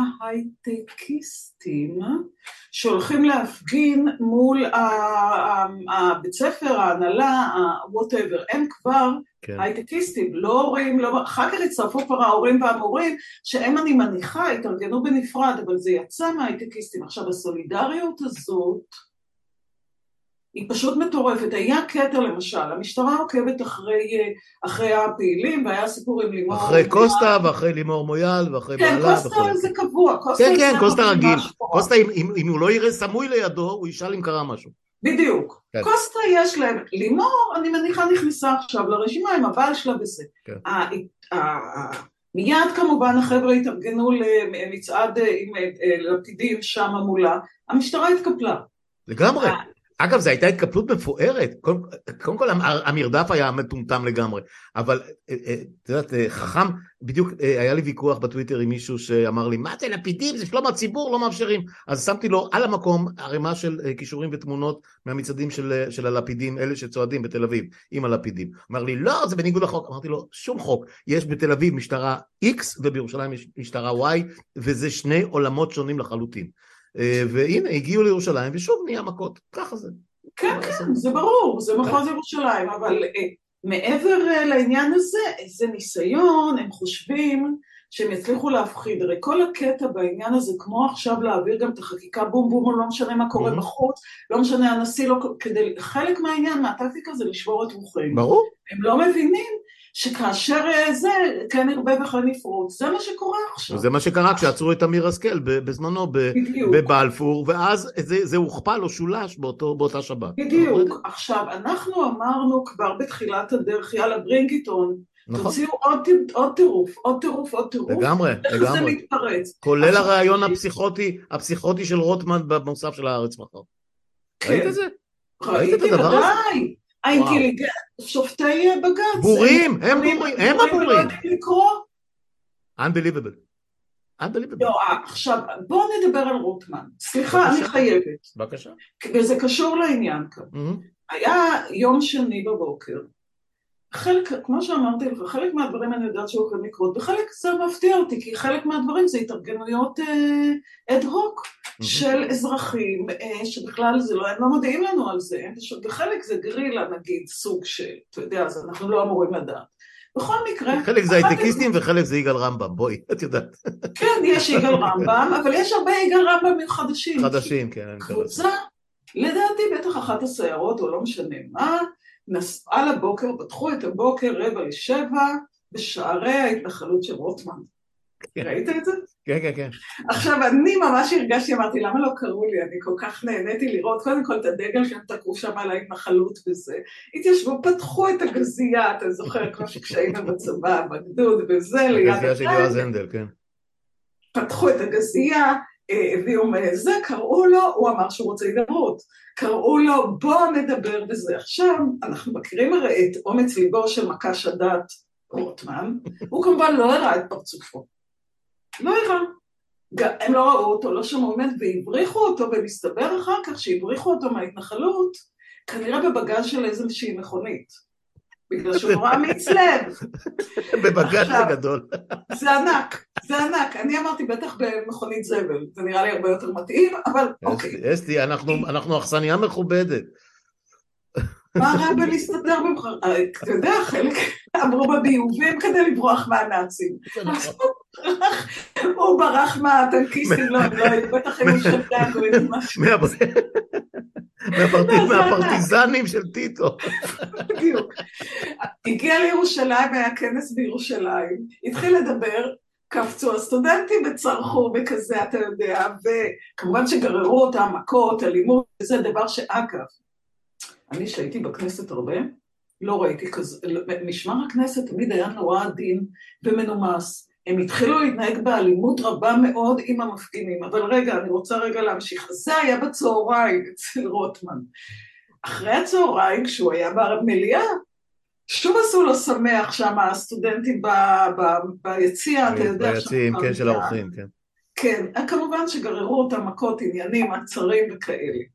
ההייטקיסטים, שהולכים להפגין מול הבית ספר, ההנהלה, whatever, הם כבר כן. הייטקיסטים, לא הורים, לא... אחר כך הצטרפו כבר ההורים והמורים, שהם אני מניחה התארגנו בנפרד, אבל זה יצא מההייטקיסטים. עכשיו, הסולידריות הזאת, היא פשוט מטורפת. היה קטע למשל, המשטרה עוקבת אחרי, אחרי הפעילים, והיה סיפור עם לימור... אחרי קוסטה ואחרי לימור מויאל ואחרי כן, בעלה. קוסטה וכולי. זה קבוע. קוסטה כן, כן, קוסטה רגיל. קוסטה, אם, אם, אם הוא לא יראה סמוי לידו, הוא ישאל אם קרה משהו. בדיוק. כן. קוסטה יש להם. לימור, אני מניחה, נכנסה עכשיו לרשימה עם הבעל שלה בזה. כן. ה, ה, ה, מיד כמובן החבר'ה התארגנו למצעד עם לפידים שם מולה. המשטרה התקפלה. לגמרי. אגב, זו הייתה התקפלות מפוארת, קודם, קודם כל המרדף היה מטומטם לגמרי, אבל את יודעת, חכם, בדיוק היה לי ויכוח בטוויטר עם מישהו שאמר לי, מה זה לפידים, זה שלום הציבור, לא מאפשרים, אז שמתי לו על המקום ערימה של קישורים ותמונות מהמצעדים של, של הלפידים, אלה שצועדים בתל אביב עם הלפידים, אמר לי, לא, זה בניגוד לחוק, אמרתי לו, שום חוק, יש בתל אביב משטרה X ובירושלים יש משטרה Y, וזה שני עולמות שונים לחלוטין. והנה, הגיעו לירושלים, ושוב נהיה מכות, ככה זה. כן, כן, זה ברור, זה מחוז ירושלים, אבל מעבר לעניין הזה, איזה ניסיון, הם חושבים שהם יצליחו להפחיד, הרי כל הקטע בעניין הזה, כמו עכשיו להעביר גם את החקיקה בום בום, לא משנה מה קורה בחוץ, לא משנה הנשיא, כדי, חלק מהעניין, מהטקטיקה זה לשבור את רוחים. ברור. הם לא מבינים שכאשר זה, כן ירבה וכן יפרוץ, זה מה שקורה עכשיו. זה מה שקרה כשעצרו את אמיר השכל בזמנו בבלפור, ואז זה, זה הוכפל או שולש באותו, באותה שבת. בדיוק. עכשיו, אנחנו אמרנו כבר בתחילת הדרך, יאללה ברינגיטון, נכון. תוציאו עוד, עוד טירוף, עוד טירוף, עוד טירוף. לגמרי, לגמרי. זה מתפרץ. כולל עכשיו, הרעיון הפסיכוטי, הפסיכוטי של רוטמן במוסף של הארץ מחר. כן. ראית את זה? ראית את הדבר הזה? האינטליגנט, שופטי בג"ץ. בורים, הם בורים, הם הבורים. Unbelievable. Unbelievable. לא, עכשיו, בואו נדבר על רוטמן. סליחה, אני חייבת. בבקשה. וזה קשור לעניין כאן. היה יום שני בבוקר, חלק, כמו שאמרתי לך, חלק מהדברים אני יודעת שהולכים לקרות, וחלק זה מפתיע אותי, כי חלק מהדברים זה התארגנויות אד הוק של אזרחים, שבכלל זה לא, הם לא מודיעים לנו על זה, וחלק זה גרילה נגיד, סוג של, אתה יודע, אז אנחנו לא אמורים לדעת. בכל מקרה... חלק זה הייטקיסטים וחלק זה יגאל רמב"ם, בואי, את יודעת. כן, יש יגאל רמב"ם, אבל יש הרבה יגאל רמב"ם חדשים. חדשים, כן. קבוצה, לדעתי בטח אחת הסיירות, או לא משנה מה, נסעה לבוקר, פתחו את הבוקר רבע לשבע, בשערי ההתנחלות של רוטמן. ראית את זה? כן, כן, כן. עכשיו, אני ממש הרגשתי, אמרתי, למה לא קראו לי? אני כל כך נהניתי לראות, קודם כל את הדגל שהם תקעו שם על ההתנחלות וזה. התיישבו, פתחו את הגזייה, אתה זוכר, כמו שכשהיינו בצבא, בגדוד וזה, ליד הגזייה של יועז הנדל, כן. פתחו את הגזייה, הביאו מזה, קראו לו, הוא אמר שהוא רוצה להידברות, קראו לו, בוא נדבר בזה. עכשיו, אנחנו מכירים הרי את אומץ ליבו של מקש הדת רוטמן, הוא כמובן לא הראה את פרצופו. לא הראה. הם לא ראו אותו, לא שמעו ממנו, והבריחו אותו, ומסתבר אחר כך שהבריחו אותו מההתנחלות, כנראה בבגז של איזושהי מכונית. בגלל שהוא נורא אמיץ לב. בבגז זה גדול. זה ענק, זה ענק. אני אמרתי בטח במכונית זבל, זה נראה לי הרבה יותר מתאים, אבל אוקיי. אסתי, אנחנו אכסניה מכובדת. מה רע בלהסתדר במחר? אתה יודע, חלק אמרו בביובים כדי לברוח מהנאצים. הוא ברח מהטנקיסטים, לא, בטח היו שפטנגו את משהו. מהפרטיזנים של טיטו. בדיוק. הגיע לירושלים, היה כנס בירושלים, התחיל לדבר, קפצו הסטודנטים וצרחו וכזה, אתה יודע, וכמובן שגררו אותם, מכות, אלימות, וזה דבר שאגב, אני שהייתי בכנסת הרבה, לא ראיתי כזה, משמר הכנסת תמיד היה נורא עדין ומנומס, הם התחילו להתנהג באלימות רבה מאוד עם המפגינים, אבל רגע, אני רוצה רגע להמשיך, זה היה בצהריים אצל רוטמן, אחרי הצהריים, כשהוא היה במליאה, שוב עשו לו שמח שם, הסטודנטים ביציאה, אתה יודע, ביציאים, כן, של האורחים, כן. כן, כמובן שגררו אותם מכות, עניינים, עצרים וכאלה.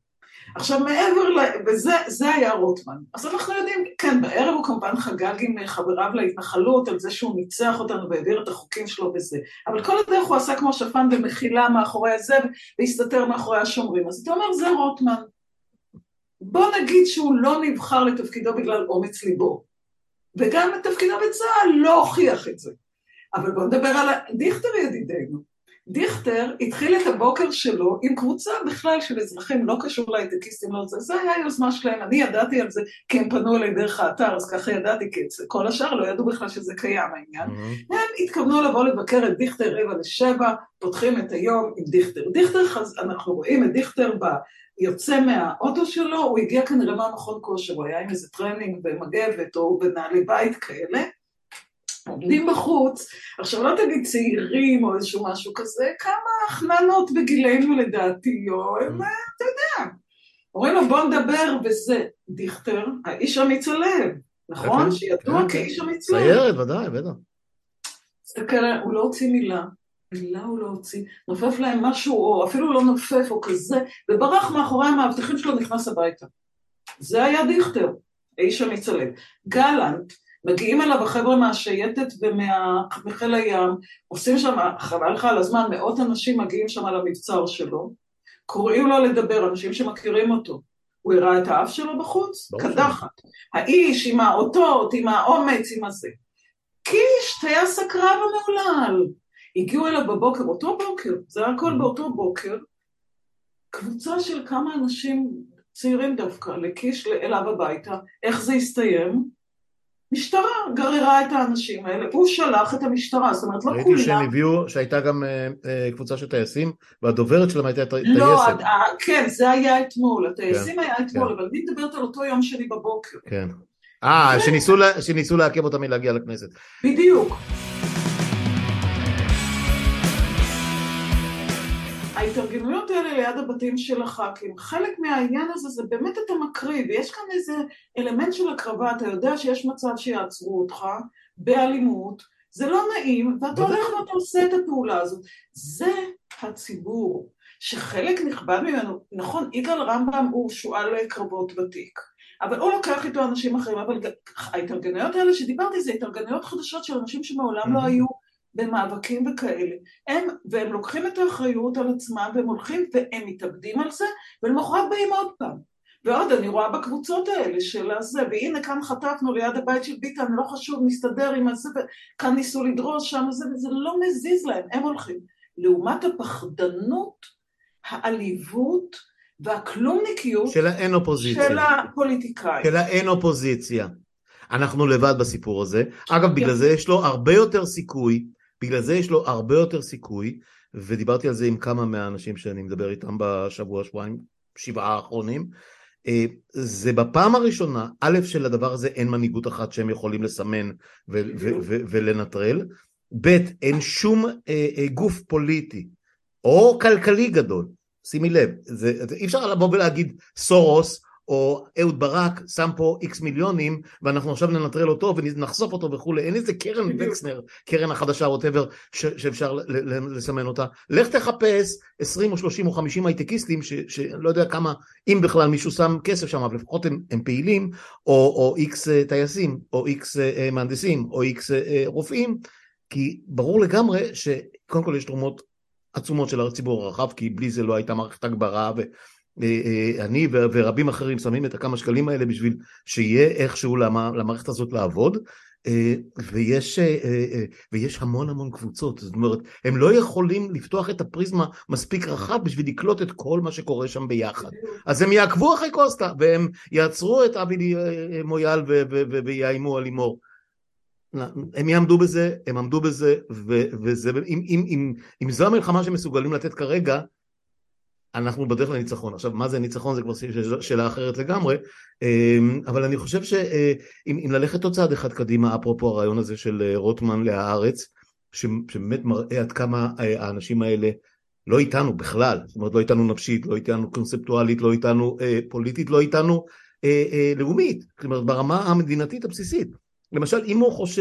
עכשיו מעבר ל... וזה זה היה רוטמן. אז אנחנו יודעים, כן, בערב הוא כמובן חגג עם חבריו להתנחלות, על זה שהוא ניצח אותנו והעביר את החוקים שלו וזה. אבל כל הדרך הוא עשה כמו שפן במחילה מאחורי הזה, והסתתר מאחורי השומרים. אז אתה אומר, זה רוטמן. בוא נגיד שהוא לא נבחר לתפקידו בגלל אומץ ליבו. וגם לתפקידו בצה"ל לא הוכיח את זה. אבל בוא נדבר על דיכטר ידידנו. דיכטר התחיל את הבוקר שלו עם קבוצה בכלל של אזרחים, לא קשור להייטקיסטים, לא זה, זה היה יוזמה שלהם, אני ידעתי על זה, כי הם פנו אליי דרך האתר, אז ככה ידעתי, כי כל השאר לא ידעו בכלל שזה קיים העניין. Mm-hmm. הם התכוונו לבוא לבקר את דיכטר רבע לשבע, פותחים את היום עם דיכטר. דיכטר, אנחנו רואים את דיכטר יוצא מהאוטו שלו, הוא הגיע כנראה מהמכון כושר, הוא היה עם איזה טרנינג במגבת או בנעלי בית כאלה, עומדים בחוץ, עכשיו לא תגיד צעירים או איזשהו משהו כזה, כמה הכננות בגילנו לדעתי, או הם, אתה יודע, אומרים לו בוא נדבר, וזה דיכטר, האיש אמיץ הלב, נכון? שידוע כאיש אמיץ לב. סיירת, ודאי, בטח. תסתכל, הוא לא הוציא מילה, מילה הוא לא הוציא, נופף להם משהו, או אפילו לא נופף, או כזה, וברח מאחורי המאבטחים שלו נכנס הביתה. זה היה דיכטר, האיש אמיץ הלב. גלנט, מגיעים אליו החבר'ה מהשייטת ומחיל הים, עושים שם, חבל לך על הזמן, מאות אנשים מגיעים שם על המבצר שלו, קוראים לו לדבר, אנשים שמכירים אותו, הוא הראה את האף שלו בחוץ, קדחת, האיש עם האותות, עם האומץ, עם הזה. קיש, טייס הקרב המעולל, הגיעו אליו בבוקר, אותו בוקר, זה הכל באותו בוקר, קבוצה של כמה אנשים צעירים דווקא, לקיש אליו הביתה, איך זה הסתיים? משטרה גררה את האנשים האלה, הוא שלח את המשטרה, זאת אומרת לא כולם. ראיתי שהם הביאו, שהייתה גם קבוצה של טייסים, והדוברת שלהם הייתה טייסת. לא, כן, זה היה אתמול, הטייסים היה אתמול, אבל אני מדברת על אותו יום שלי בבוקר. כן. אה, שניסו לעכב אותם מלהגיע לכנסת. בדיוק. ההתארגנויות האלה ליד הבתים של הח"כים, חלק מהעניין הזה זה באמת אתה מקריב, ויש כאן איזה אלמנט של הקרבה, אתה יודע שיש מצב שיעצרו אותך באלימות, זה לא נעים, ואתה הולך ואתה עושה את הפעולה הזאת. זה הציבור, שחלק נכבד ממנו, נכון, יגאל רמב"ם הוא שועל קרבות ותיק, אבל הוא לוקח איתו אנשים אחרים, אבל ההתארגנויות האלה שדיברתי, זה התארגנויות חדשות של אנשים שמעולם לא היו, במאבקים וכאלה, הם, והם לוקחים את האחריות על עצמם, והם הולכים והם מתאבדים על זה, ולמחרת באים עוד פעם. ועוד אני רואה בקבוצות האלה של הזה, והנה כאן חטפנו ליד הבית של ביטן, לא חשוב, נסתדר עם הזה, וכאן ניסו לדרוש שם הזה, וזה לא מזיז להם, הם הולכים. לעומת הפחדנות, העליבות, והכלומניקיות של האין אופוזיציה. של הפוליטיקאים. של האין אופוזיציה. אנחנו לבד בסיפור הזה. אגב, בגלל זה יש לו הרבה יותר סיכוי, בגלל זה יש לו הרבה יותר סיכוי, ודיברתי על זה עם כמה מהאנשים שאני מדבר איתם בשבוע, שבועיים, שבעה האחרונים, זה בפעם הראשונה, א' של הדבר הזה אין מנהיגות אחת שהם יכולים לסמן ו- ו- ו- ולנטרל, ב' אין שום גוף פוליטי, או כלכלי גדול, שימי לב, זה, אי אפשר לבוא ולהגיד סורוס, או אהוד ברק שם פה איקס מיליונים, ואנחנו עכשיו ננטרל אותו ונחשוף אותו וכו'. אין איזה קרן וקסנר, קרן החדשה, רוטבר, שאפשר לסמן אותה. לך תחפש עשרים או שלושים או חמישים הייטקיסטים, שלא יודע כמה, אם בכלל מישהו שם כסף שם, אבל לפחות הם, הם פעילים, או, או איקס טייסים, או איקס מהנדסים, או איקס רופאים, כי ברור לגמרי שקודם כל יש תרומות עצומות של הציבור הרחב, כי בלי זה לא הייתה מערכת הגברה ו... אני ורבים אחרים שמים את הכמה שקלים האלה בשביל שיהיה איכשהו למערכת הזאת לעבוד, ויש, ויש המון המון קבוצות, זאת אומרת, הם לא יכולים לפתוח את הפריזמה מספיק רחב בשביל לקלוט את כל מה שקורה שם ביחד. אז הם יעקבו אחרי קוסטה, והם יעצרו את אבי מויאל ויאיימו על לימור. הם יעמדו בזה, הם עמדו בזה, וזה, אם, אם, אם, אם זו המלחמה שמסוגלים לתת כרגע, אנחנו בדרך לניצחון. עכשיו, מה זה ניצחון? זה כבר שאלה אחרת לגמרי, אבל אני חושב שאם ללכת עוד צעד אחד קדימה, אפרופו הרעיון הזה של רוטמן להארץ, שבאמת מראה עד כמה האנשים האלה לא איתנו בכלל, זאת אומרת, לא איתנו נפשית, לא איתנו קונספטואלית, לא איתנו פוליטית, לא איתנו לאומית, זאת אומרת, ברמה המדינתית הבסיסית. למשל, אם הוא חושב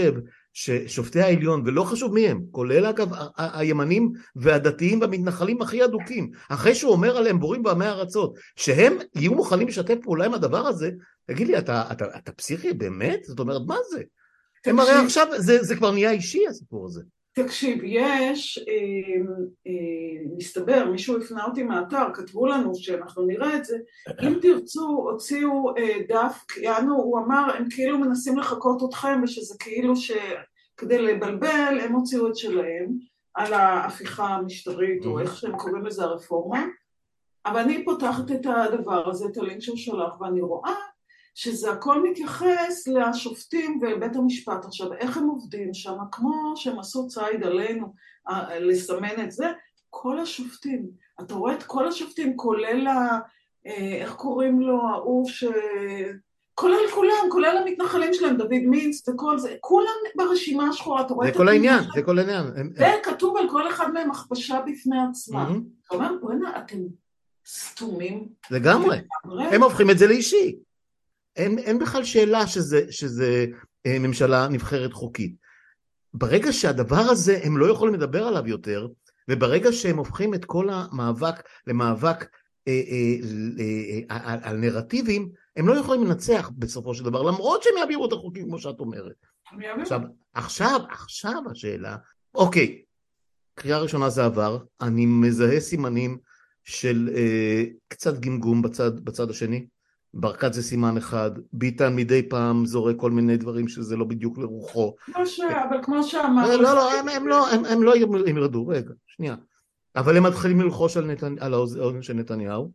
ששופטי העליון, ולא חשוב מי הם, כולל אגב הימנים והדתיים והמתנחלים הכי אדוקים, אחרי שהוא אומר עליהם בורים בעמי ארצות, שהם יהיו מוכנים לשתף פעולה עם הדבר הזה, תגיד לי, אתה, אתה, אתה פסיכי באמת? זאת אומרת, מה זה? הם הרי עכשיו, זה, זה כבר נהיה אישי הסיפור הזה. תקשיב, יש, אה, אה, מסתבר, מישהו הפנה אותי מהאתר, כתבו לנו שאנחנו נראה את זה, אם תרצו, הוציאו אה, דף, יענו, הוא אמר, הם כאילו מנסים לחכות אתכם, ושזה כאילו שכדי לבלבל, הם הוציאו את שלהם, על ההפיכה המשטרית, או איך שהם קוראים לזה הרפורמה, אבל אני פותחת את הדבר הזה, את הלינק שהוא שלח, ואני רואה, שזה הכל מתייחס לשופטים ולבית המשפט. עכשיו, איך הם עובדים שם, כמו שהם עשו צייד עלינו לסמן את זה, כל השופטים, אתה רואה את כל השופטים, כולל, ה, איך קוראים לו, האוף ש... כולל כולם, כולל המתנחלים שלהם, דוד מינץ וכל זה, כולם ברשימה השחורה, אתה רואה את... זה כל העניין, זה כל העניין. וכתוב על כל אחד מהם הכפשה בפני עצמם. אתה אומר, בוא'נה, אתם סתומים. לגמרי, הם הופכים את זה לאישי. אין, אין בכלל שאלה שזה, שזה אה, ממשלה נבחרת חוקית. ברגע שהדבר הזה, הם לא יכולים לדבר עליו יותר, וברגע שהם הופכים את כל המאבק למאבק אה, אה, אה, אה, על נרטיבים, הם לא יכולים לנצח בסופו של דבר, למרות שהם יעבירו את החוקים, כמו שאת אומרת. עכשיו, עכשיו, עכשיו השאלה, אוקיי, קריאה ראשונה זה עבר, אני מזהה סימנים של אה, קצת גמגום בצד, בצד השני, ברקת זה סימן אחד, ביטן מדי פעם זורק כל מיני דברים שזה לא בדיוק לרוחו. כמו ש... אבל כמו שאמר... לא, לא, הם, הם לא, הם, הם לא ימרדו, רגע, שנייה. אבל הם מתחילים ללחוש על, נתנ... על האוזן של נתניהו,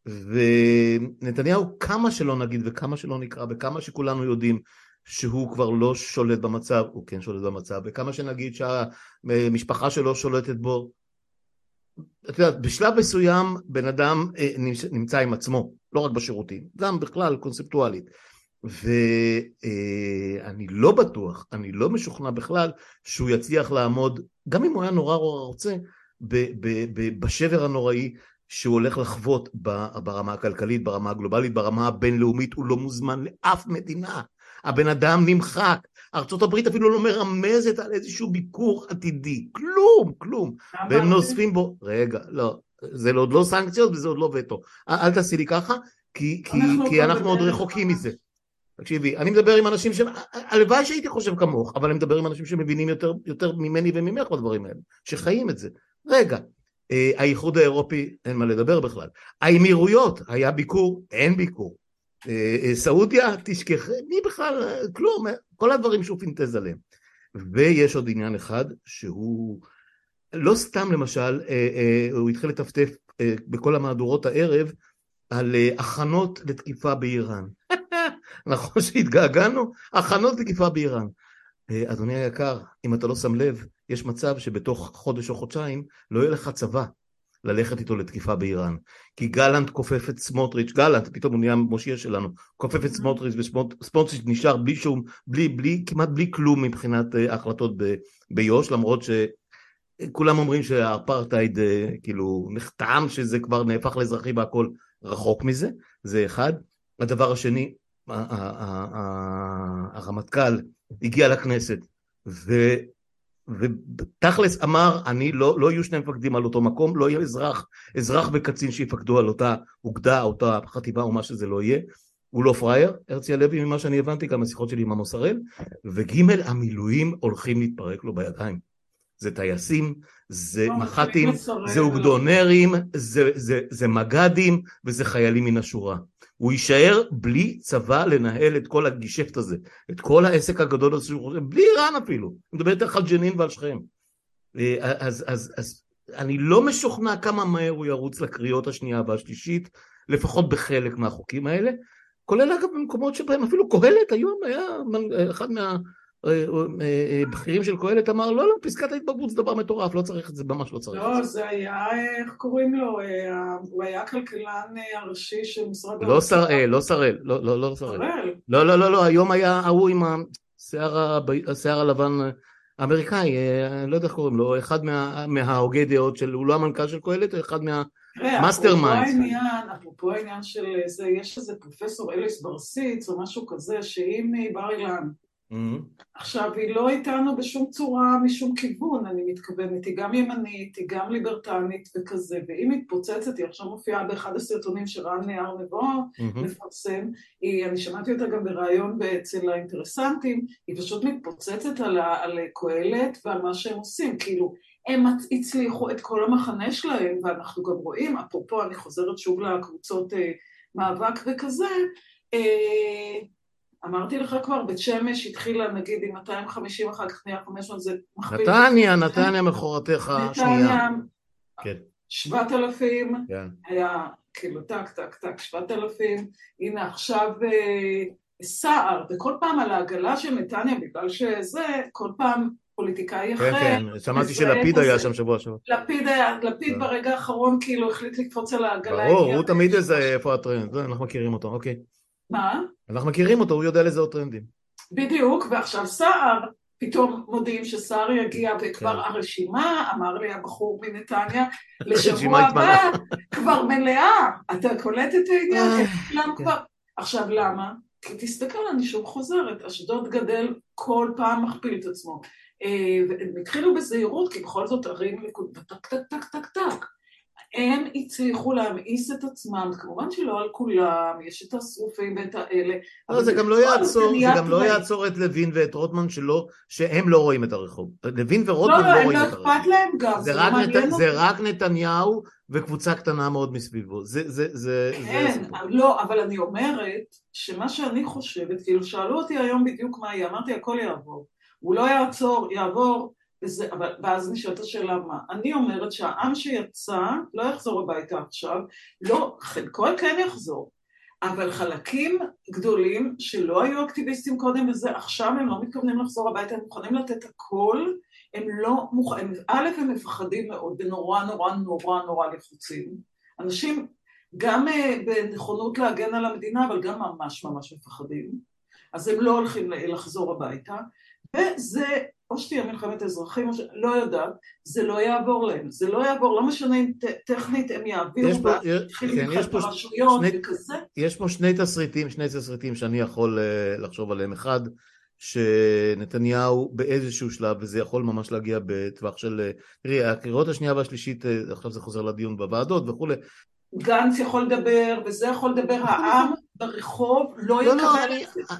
ונתניהו כמה שלא נגיד וכמה שלא נקרא, וכמה שכולנו יודעים שהוא כבר לא שולט במצב, הוא כן שולט במצב, וכמה שנגיד שהמשפחה שלו שולטת בו, את יודעת, בשלב מסוים בן אדם נמצא עם עצמו, לא רק בשירותים, גם בכלל קונספטואלית, ואני לא בטוח, אני לא משוכנע בכלל שהוא יצליח לעמוד, גם אם הוא היה נורא רוצה, בשבר הנוראי שהוא הולך לחוות ברמה הכלכלית, ברמה הגלובלית, ברמה הבינלאומית, הוא לא מוזמן לאף מדינה, הבן אדם נמחק, ארצות הברית אפילו לא מרמזת על איזשהו ביקור עתידי, כלום, כלום, והם נוספים בו, רגע, לא, זה עוד לא סנקציות וזה עוד לא וטו, אל תעשי לי ככה, כי, כי, כי אנחנו עוד רחוקים מזה. תקשיבי, אני מדבר עם אנשים ש... הלוואי שהייתי חושב כמוך, אבל אני מדבר עם אנשים שמבינים יותר, יותר ממני וממך בדברים האלה, שחיים את זה. רגע, האיחוד האירופי אין מה לדבר בכלל, האמירויות היה ביקור, אין ביקור, סעודיה תשכח, מי בכלל, כלום, כל הדברים שהוא פינטז עליהם. ויש עוד עניין אחד שהוא לא סתם, למשל הוא התחיל לטפטף בכל המהדורות הערב על הכנות לתקיפה באיראן. נכון שהתגעגענו? הכנות לתקיפה באיראן. אדוני היקר, אם אתה לא שם לב, יש מצב שבתוך חודש או חודשיים לא יהיה לך צבא ללכת איתו לתקיפה באיראן, כי גלנט כופף את סמוטריץ', גלנט, פתאום הוא נהיה מושיע שלנו, כופף את סמוטריץ' וסמוטריץ' נשאר בלי שום, בלי, בלי, כמעט בלי כלום מבחינת ההחלטות ב, ביוש, למרות שכולם אומרים שהאפרטהייד כאילו נחתם, שזה כבר נהפך לאזרחי והכל רחוק מזה, זה אחד. הדבר השני, הרמטכ"ל הגיע לכנסת, ו... ותכלס אמר, אני לא, לא יהיו שני מפקדים על אותו מקום, לא יהיה אזרח, אזרח וקצין שיפקדו על אותה אוגדה, אותה חטיבה או מה שזה לא יהיה, הוא לא פרייר, הרצי הלוי ממה שאני הבנתי, גם השיחות שלי עם עמוס הראל, וגימל המילואים הולכים להתפרק לו בידיים, זה טייסים, זה מח"טים, זה אוגדונרים, זה, זה, זה מג"דים, וזה חיילים מן השורה. הוא יישאר בלי צבא לנהל את כל הגישפט הזה, את כל העסק הגדול הזה, בלי איראן אפילו, אני מדבר יותר על ג'נין ועל שכם. אז, אז, אז אני לא משוכנע כמה מהר הוא ירוץ לקריאות השנייה והשלישית, לפחות בחלק מהחוקים האלה, כולל אגב במקומות שבהם אפילו קהלת היום היה אחד מה... בכירים של קהלת אמר, לא, לא, פסקת ההתגברות זה דבר מטורף, לא צריך את זה, ממש לא צריך את זה. לא, זה היה, איך קוראים לו, הוא היה כלכלן הראשי של משרד... לא שראל, לא שראל, לא, לא, לא שראל. לא, לא, לא, לא, היום היה ההוא עם השיער הלבן האמריקאי, אני לא יודע איך קוראים לו, אחד מההוגי דעות של, הוא לא המנכ"ל של קהלת, אחד מהמאסטר מיינדס. אפרופו העניין של זה, יש איזה פרופסור אליס ברסיץ או משהו כזה, שהיא מבר אילן, Mm-hmm. עכשיו, היא לא איתנו בשום צורה, משום כיוון, אני מתכוונת, היא גם ימנית, היא גם ליברטנית וכזה, והיא מתפוצצת, היא עכשיו מופיעה באחד הסרטונים שרן הר נבו Mm-hmm. מפרסם, היא, אני שמעתי אותה גם בראיון אצל האינטרסנטים, היא פשוט מתפוצצת על, על קהלת ועל מה שהם עושים, כאילו, הם הצליחו את כל המחנה שלהם, ואנחנו גם רואים, אפרופו, אני חוזרת שוב לקבוצות אה, מאבק וכזה, אה, אמרתי לך כבר, בית שמש התחילה נגיד עם מאתיים וחמישים, אחר כך נהיה חמש מאות, זה מכפיל. נתניה, נתניה מחורתך שנייה. נתניה, כן. שבעת אלפים, כן. היה כאילו טק, טק, טק, שבעת אלפים, הנה עכשיו אה, סער, וכל פעם על העגלה של נתניה, בגלל שזה, כל פעם פוליטיקאי אחר. כן, כן, שמעתי שלפיד היה שם שבוע שבוע. לפיד היה, לפיד כן. ברגע האחרון כאילו החליט לקפוץ על העגלה. ברור, הוא תמיד איזה איפה הטרנד, אנחנו מכירים אותו, אוקיי. מה? אנחנו מכירים אותו, הוא יודע לזהות טרנדים. בדיוק, ועכשיו סער, פתאום מודיעים שסער יגיע, וכבר כן. הרשימה, אמר לי הבחור מנתניה, לשבוע הבא, כבר מלאה, אתה קולט את העניין? כולם כן. כבר... עכשיו למה? כי תסתכל, אני שוב חוזרת, אשדוד גדל כל פעם מכפיל את עצמו. והם התחילו בזהירות, כי בכל זאת ערים ליכוד, טק טק טק טק טק. הם הצליחו להמאיס את עצמם, כמובן שלא על כולם, יש את השרופים ואת האלה. לא, זה גם לא יעצור, זה גם לא יעצור את לוין ואת רוטמן שלא, שהם לא רואים את הרחוב. לוין ורוטמן לא רואים את הרחוב. לא, הם לא אכפת להם גם, זה לא מעניין אותם. זה רק נתניהו וקבוצה קטנה מאוד מסביבו. זה, זה, זה, כן, לא, אבל אני אומרת שמה שאני חושבת, כאילו שאלו אותי היום בדיוק מה יהיה, אמרתי הכל יעבור. הוא לא יעצור, יעבור, וזה, אבל, ואז נשאלת השאלה מה. אני אומרת שהעם שיצא לא יחזור הביתה עכשיו, לא, חלקו כן יחזור, אבל חלקים גדולים שלא היו אקטיביסטים קודם וזה, עכשיו הם לא מתכוונים לחזור הביתה, הם מוכנים לתת הכל, הם לא מוכנים, א' הם מפחדים מאוד, ונורא נורא נורא נורא לחוצים. אנשים גם בנכונות להגן על המדינה, אבל גם ממש ממש מפחדים, אז הם לא הולכים לחזור הביתה, וזה, או שתהיה מלחמת אזרחים, ש... לא יודעת, זה לא יעבור להם, זה לא יעבור, לא משנה אם טכנית הם יעבירו, כן, יש פה שני, וכזה. יש פה שני תסריטים, שני תסריטים שאני יכול uh, לחשוב עליהם. אחד, שנתניהו באיזשהו שלב, וזה יכול ממש להגיע בטווח של, תראי, הקריאות השנייה והשלישית, uh, עכשיו זה חוזר לדיון בוועדות וכו'. גנץ יכול לדבר, וזה יכול לדבר, העם ברחוב לא יקבל את זה.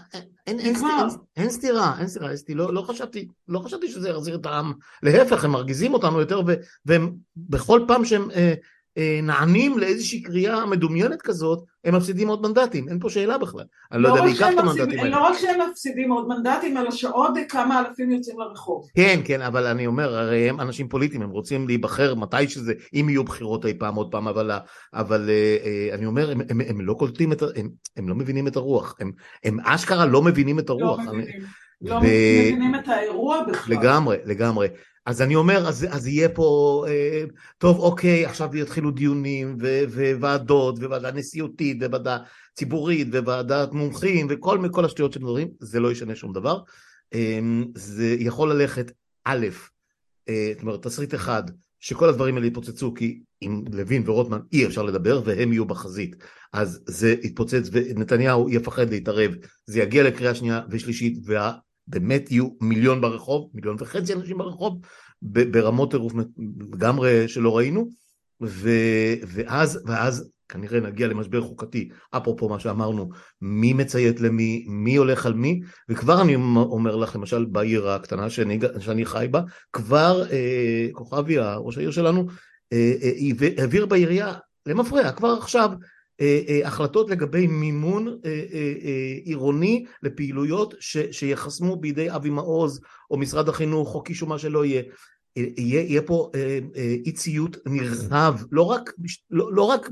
אין סתירה, אין סתירה, לא חשבתי, לא חשבתי שזה יחזיר את העם, להפך, הם מרגיזים אותנו יותר, והם בכל פעם שהם נענים לאיזושהי קריאה מדומיינת כזאת, הם מפסידים עוד מנדטים, אין פה שאלה בכלל. אני לא יודע מי ייקח את המנדטים האלה. לא רק שהם מפסידים עוד מנדטים, אלא שעוד כמה אלפים יוצאים לרחוב. כן, כן, אבל אני אומר, הרי הם אנשים פוליטיים, הם רוצים להיבחר מתי שזה, אם יהיו בחירות אי פעם, עוד פעם, אבל, אבל אני אומר, הם, הם, הם לא קולטים את, הם, הם לא מבינים את הרוח, הם, הם אשכרה לא מבינים את הרוח. לא מבינים, אני, לא ו... מבינים את האירוע בכלל. לגמרי, לגמרי. אז אני אומר, אז, אז יהיה פה, אה, טוב, אוקיי, עכשיו יתחילו דיונים, ו, וועדות, וועדה נשיאותית, וועדה ציבורית, וועדת מומחים, וכל כל השטויות של דברים, זה לא ישנה שום דבר. אה, זה יכול ללכת, א', אה, זאת אומרת, תסריט אחד, שכל הדברים האלה יתפוצצו, כי עם לוין ורוטמן אי אפשר לדבר, והם יהיו בחזית. אז זה יתפוצץ, ונתניהו יפחד להתערב, זה יגיע לקריאה שנייה ושלישית, וה... באמת יהיו מיליון ברחוב, מיליון וחצי אנשים ברחוב, ברמות טירוף לגמרי שלא ראינו, ו, ואז, ואז כנראה נגיע למשבר חוקתי, אפרופו מה שאמרנו, מי מציית למי, מי הולך על מי, וכבר אני אומר לך, למשל בעיר הקטנה שאני, שאני חי בה, כבר אה, כוכבי, ראש העיר שלנו, אה, אה, העביר בעירייה למפרע, כבר עכשיו, החלטות לגבי מימון עירוני לפעילויות שיחסמו בידי אבי מעוז או משרד החינוך או קישו מה שלא יהיה. יהיה, יהיה פה אי ציות נרחב, לא רק, לא, לא רק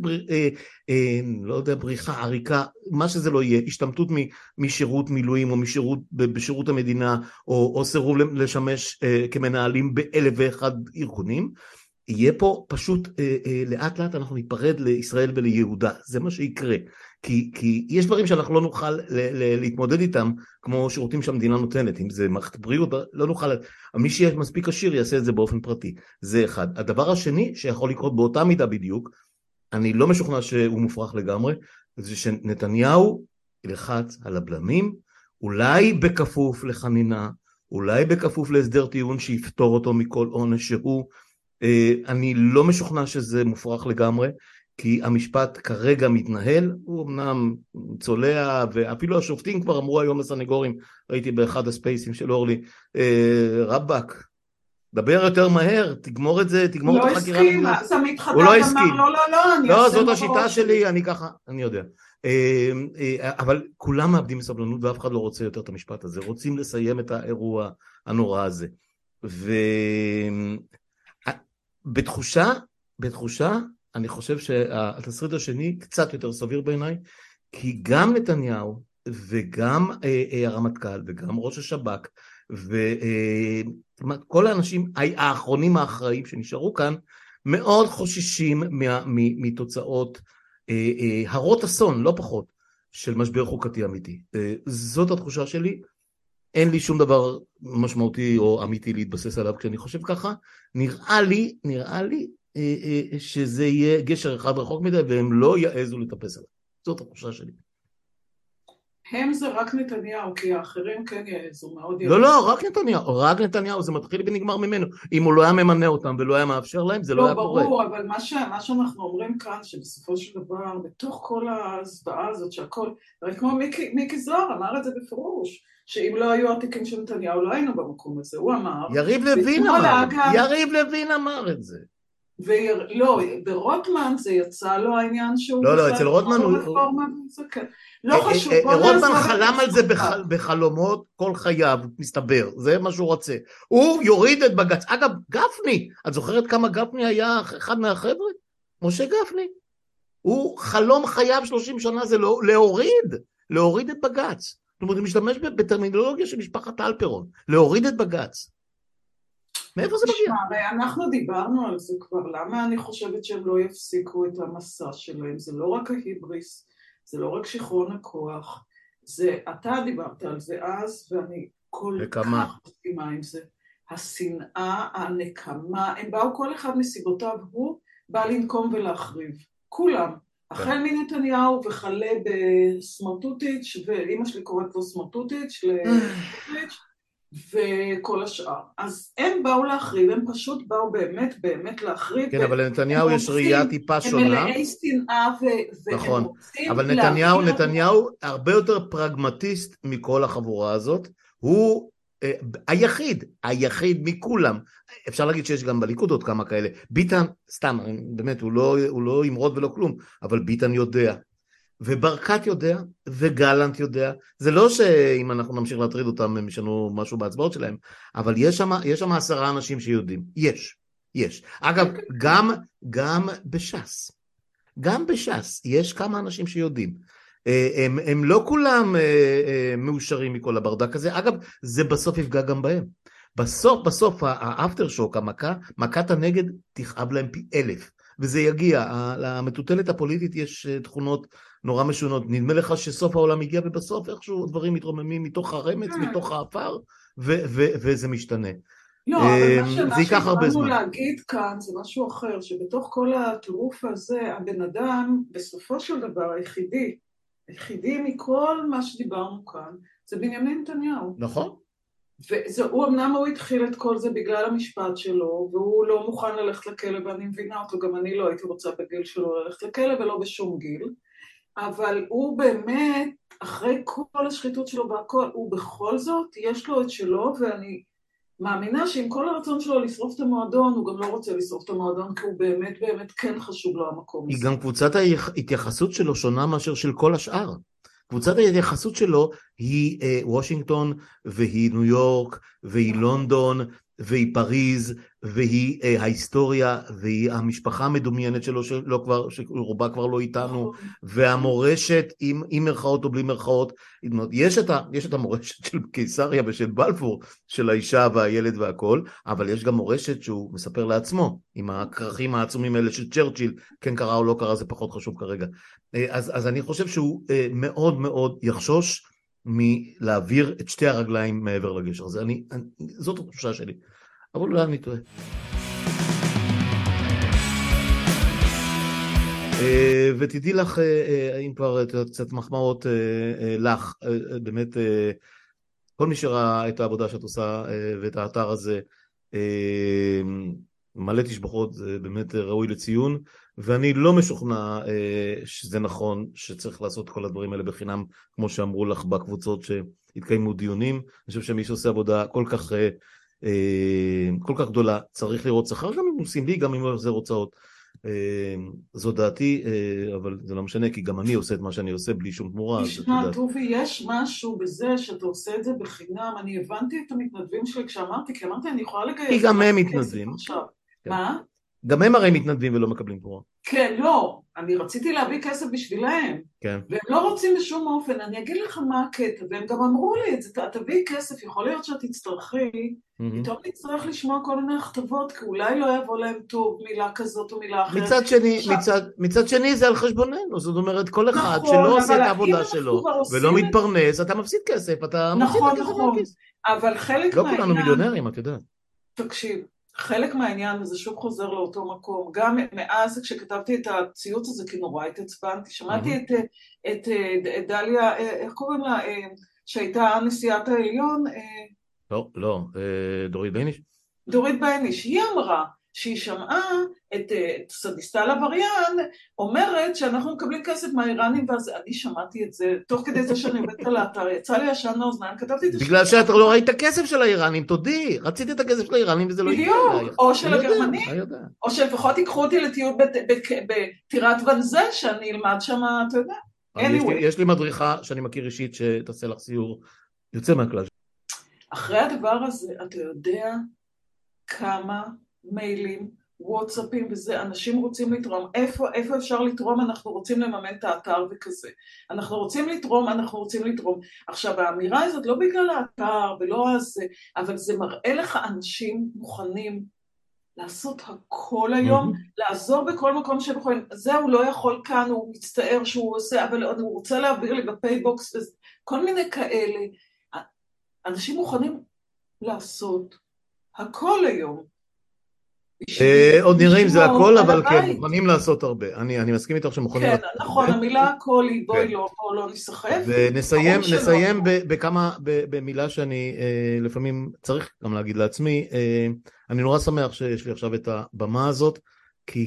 לא יודע, בריחה, עריקה, מה שזה לא יהיה, השתמטות משירות מילואים או משירות בשירות המדינה או, או סירוב לשמש כמנהלים באלף ואחד ארגונים. יהיה פה פשוט אה, אה, לאט לאט אנחנו ניפרד לישראל וליהודה, זה מה שיקרה, כי, כי יש דברים שאנחנו לא נוכל ל, ל, להתמודד איתם, כמו שירותים שהמדינה נותנת, אם זה מערכת בריאות, לא נוכל, מי שיהיה מספיק עשיר יעשה את זה באופן פרטי, זה אחד. הדבר השני שיכול לקרות באותה מידה בדיוק, אני לא משוכנע שהוא מופרך לגמרי, זה שנתניהו ילחץ על הבלמים, אולי בכפוף לחנינה, אולי בכפוף להסדר טיעון שיפתור אותו מכל עונש שהוא, אני לא משוכנע שזה מופרך לגמרי, כי המשפט כרגע מתנהל, הוא אמנם צולע, ואפילו השופטים כבר אמרו היום לסנגורים, ראיתי באחד הספייסים של אורלי, רבק, דבר יותר מהר, תגמור את זה, תגמור את החקירה. לא הסכים, אז עמית חדד אמר, לא, לא, לא, אני לא, זאת השיטה שלי, אני ככה, אני יודע. אבל כולם מאבדים סבלנות, ואף אחד לא רוצה יותר את המשפט הזה, רוצים לסיים את האירוע הנורא הזה. ובתחושה, בתחושה, אני חושב שהתסריט השני קצת יותר סביר בעיניי, כי גם נתניהו וגם הרמטכ"ל וגם ראש השב"כ וכל האנשים האחרונים האחראים שנשארו כאן מאוד חוששים מתוצאות הרות אסון, לא פחות, של משבר חוקתי אמיתי. זאת התחושה שלי, אין לי שום דבר משמעותי או אמיתי להתבסס עליו כשאני חושב ככה, נראה לי, נראה לי שזה יהיה גשר אחד רחוק מדי והם לא יעזו לטפס עליו. זאת התחושה שלי. הם זה רק נתניהו, כי האחרים כן יעזו מאוד יעזו. לא, לא, רק נתניהו, רק נתניהו, זה מתחיל ונגמר ממנו. אם הוא לא היה ממנה אותם ולא היה מאפשר להם, זה לא היה קורה. לא, ברור, אבל מה, ש... מה שאנחנו אומרים כאן, שבסופו של דבר, בתוך כל הזוועה הזאת, שהכל, הרי כמו מיקי, מיקי זוהר אמר את זה בפירוש, שאם לא היו התיקים של נתניהו, לא היינו במקום הזה, הוא אמר. יריב לוין אמר, אגב... יריב לוין אמר את זה. ולא, ברוטמן זה יצא לו העניין שהוא... לא, לא, אצל רוטמן הוא... לא חשוב. רוטמן חלם על זה בחלומות כל חייו, מסתבר, זה מה שהוא רוצה. הוא יוריד את בג"ץ. אגב, גפני, את זוכרת כמה גפני היה אחד מהחבר'ה? משה גפני. הוא חלום חייו שלושים שנה זה להוריד, להוריד את בג"ץ. זאת אומרת, הוא משתמש בטרמינולוגיה של משפחת אלפרון, להוריד את בג"ץ. מאיפה זה מגיע? הרי אנחנו דיברנו על זה כבר, למה אני חושבת שהם לא יפסיקו את המסע שלהם, זה לא רק ההיבריס, זה לא רק שכרון הכוח, זה, אתה דיברת על זה אז, ואני כל כך מסכימה עם זה, השנאה, הנקמה, הם באו כל אחד מסיבותיו, הוא בא לנקום ולהחריב, כולם, החל מנתניהו וכלה בסמרטוטיץ', ואמא שלי קוראת לו סמרטוטיץ', לסמרטוטיץ', וכל השאר. אז הם באו להחריב, הם פשוט באו באמת באמת להחריב. כן, אבל לנתניהו יש ראייה טיפה שונה. הם מלאי שנאה והם נכון, אבל נתניהו, נתניהו הרבה יותר פרגמטיסט מכל החבורה הזאת. הוא היחיד, היחיד מכולם. אפשר להגיד שיש גם בליכוד עוד כמה כאלה. ביטן, סתם, באמת, הוא לא, הוא לא ימרוד ולא כלום, אבל ביטן יודע. וברקת יודע, וגלנט יודע, זה לא שאם אנחנו נמשיך להטריד אותם, הם ישנו משהו בהצבעות שלהם, אבל יש שם, יש שם עשרה אנשים שיודעים, יש, יש. אגב, גם, גם בש"ס, גם בש"ס, יש כמה אנשים שיודעים, הם, הם לא כולם מאושרים מכל הברדק הזה, אגב, זה בסוף יפגע גם בהם, בסוף, בסוף, האפטר שוק, המכה, מכת הנגד תכאב להם פי אלף, וזה יגיע, למטוטלת הפוליטית יש תכונות נורא משונות, נדמה לך שסוף העולם הגיע ובסוף איכשהו דברים מתרוממים מתוך הרמץ, מתוך האפר, וזה משתנה. לא, אבל מה שבאנו להגיד כאן זה משהו אחר, שבתוך כל הטירוף הזה, הבן אדם בסופו של דבר היחידי, היחידי מכל מה שדיברנו כאן, זה בנימין נתניהו. נכון. והוא אמנם הוא התחיל את כל זה בגלל המשפט שלו, והוא לא מוכן ללכת לכלא, ואני מבינה אותו, גם אני לא הייתי רוצה בגיל שלו ללכת לכלא, ולא בשום גיל, אבל הוא באמת, אחרי כל השחיתות שלו והכל, הוא בכל זאת, יש לו את שלו, ואני מאמינה שעם כל הרצון שלו לשרוף את המועדון, הוא גם לא רוצה לשרוף את המועדון, כי הוא באמת באמת כן חשוב לו המקום הזה. היא גם קבוצת ההתייחסות שלו שונה מאשר של כל השאר. קבוצת ההתייחסות שלו היא אה, וושינגטון, והיא ניו יורק, והיא לונדון, והיא פריז, והיא אה, ההיסטוריה, והיא המשפחה המדומיינת שלו, שלא כבר, שרובה כבר לא איתנו, והמורשת עם, עם מרכאות או בלי מרכאות. יש את, ה, יש את המורשת של קיסריה ושל בלפור, של האישה והילד והכל, אבל יש גם מורשת שהוא מספר לעצמו, עם הכרכים העצומים האלה של צ'רצ'יל, כן קרה או לא קרה, זה פחות חשוב כרגע. אז, אז אני חושב שהוא מאוד מאוד יחשוש מלהעביר את שתי הרגליים מעבר לגשר. זה אני, אני, זאת התחושה שלי. אבל לא אני טועה. ותדעי לך, אם כבר קצת מחמאות לך, באמת, כל מי שראה את העבודה שאת עושה ואת האתר הזה, מלא תשבחות, זה באמת ראוי לציון, ואני לא משוכנע שזה נכון, שצריך לעשות כל הדברים האלה בחינם, כמו שאמרו לך בקבוצות שהתקיימו דיונים. אני חושב שמי שעושה עבודה כל כך, כל כך גדולה, צריך לראות שכר, גם אם עושים לי, גם אם לא זה הוצאות. זו דעתי, אבל זה לא משנה, כי גם אני עושה את מה שאני עושה בלי שום תמורה. תשמע, טובי, יש משהו בזה שאתה עושה את זה בחינם. אני הבנתי את המתנדבים שלי כשאמרתי, כי אמרתי, אני יכולה לגייס... כי גם הם מתנדבים. מה? גם הם הרי מתנדבים ולא מקבלים תמורה. כן, לא. אני רציתי להביא כסף בשבילהם. כן. והם לא רוצים בשום אופן. אני אגיד לך מה הקטע, והם גם אמרו לי את זה, תביא כסף, יכול להיות שאת תצטרכי, פתאום נצטרך לשמוע כל מיני הכתבות, כי אולי לא יבוא להם טוב מילה כזאת או מילה אחרת. מצד שני, מצד, מצד שני זה על חשבוננו, זאת אומרת, כל אחד שלא עושה את העבודה שלו, ולא מתפרנס, אתה מפסיד כסף, אתה מפסיד את הכסף מהכיס. אבל חלק לא כולנו מיליונרים, את יודעת. תקשיב, חלק מהעניין, וזה שוב חוזר לאותו מקום, גם מאז כשכתבתי את הציוץ הזה, כי נורא התעצבנתי, שמעתי את, את, את דליה, איך קוראים לה, שהייתה נשיאת העליון? לא, לא, דורית בייניש. דורית בייניש, היא אמרה שהיא שמעה את סדיסטל עבריין, אומרת שאנחנו מקבלים כסף מהאיראנים, ואז אני שמעתי את זה, תוך כדי זה שאני עובדת על האתר, יצא לי ישן לאוזניים, כתבתי את זה. בגלל שאתה לא ראית הכסף של האיראנים, תודי, רציתי את הכסף של האיראנים וזה לא הגיע אליי. בדיוק, או של הגרמנים, או שלפחות ייקחו אותי לטיול בטירת ונזה, שאני אלמד שם, אתה יודע. יש לי מדריכה שאני מכיר אישית שתעשה לך סיור, יוצא מהכלל. אחרי הדבר הזה, אתה יודע כמה מיילים, וואטסאפים וזה, אנשים רוצים לתרום, איפה, איפה אפשר לתרום, אנחנו רוצים לממן את האתר וכזה. אנחנו רוצים לתרום, אנחנו רוצים לתרום. עכשיו, האמירה הזאת לא בגלל האתר ולא הזה, אבל זה מראה לך אנשים מוכנים לעשות הכל היום, לעזור בכל מקום שהם יכולים, זה הוא לא יכול כאן, הוא מצטער שהוא עושה, אבל הוא רוצה להעביר לי בפייבוקס, כל מיני כאלה. אנשים מוכנים לעשות הכל היום. עוד נראה אם זה הכל, אבל כן, מוכנים לעשות הרבה. אני מסכים איתך שמוכנים לעשות הרבה. כן, נכון, המילה הכל היא בואי לא נסחף. ונסיים בכמה, במילה שאני לפעמים צריך גם להגיד לעצמי, אני נורא שמח שיש לי עכשיו את הבמה הזאת, כי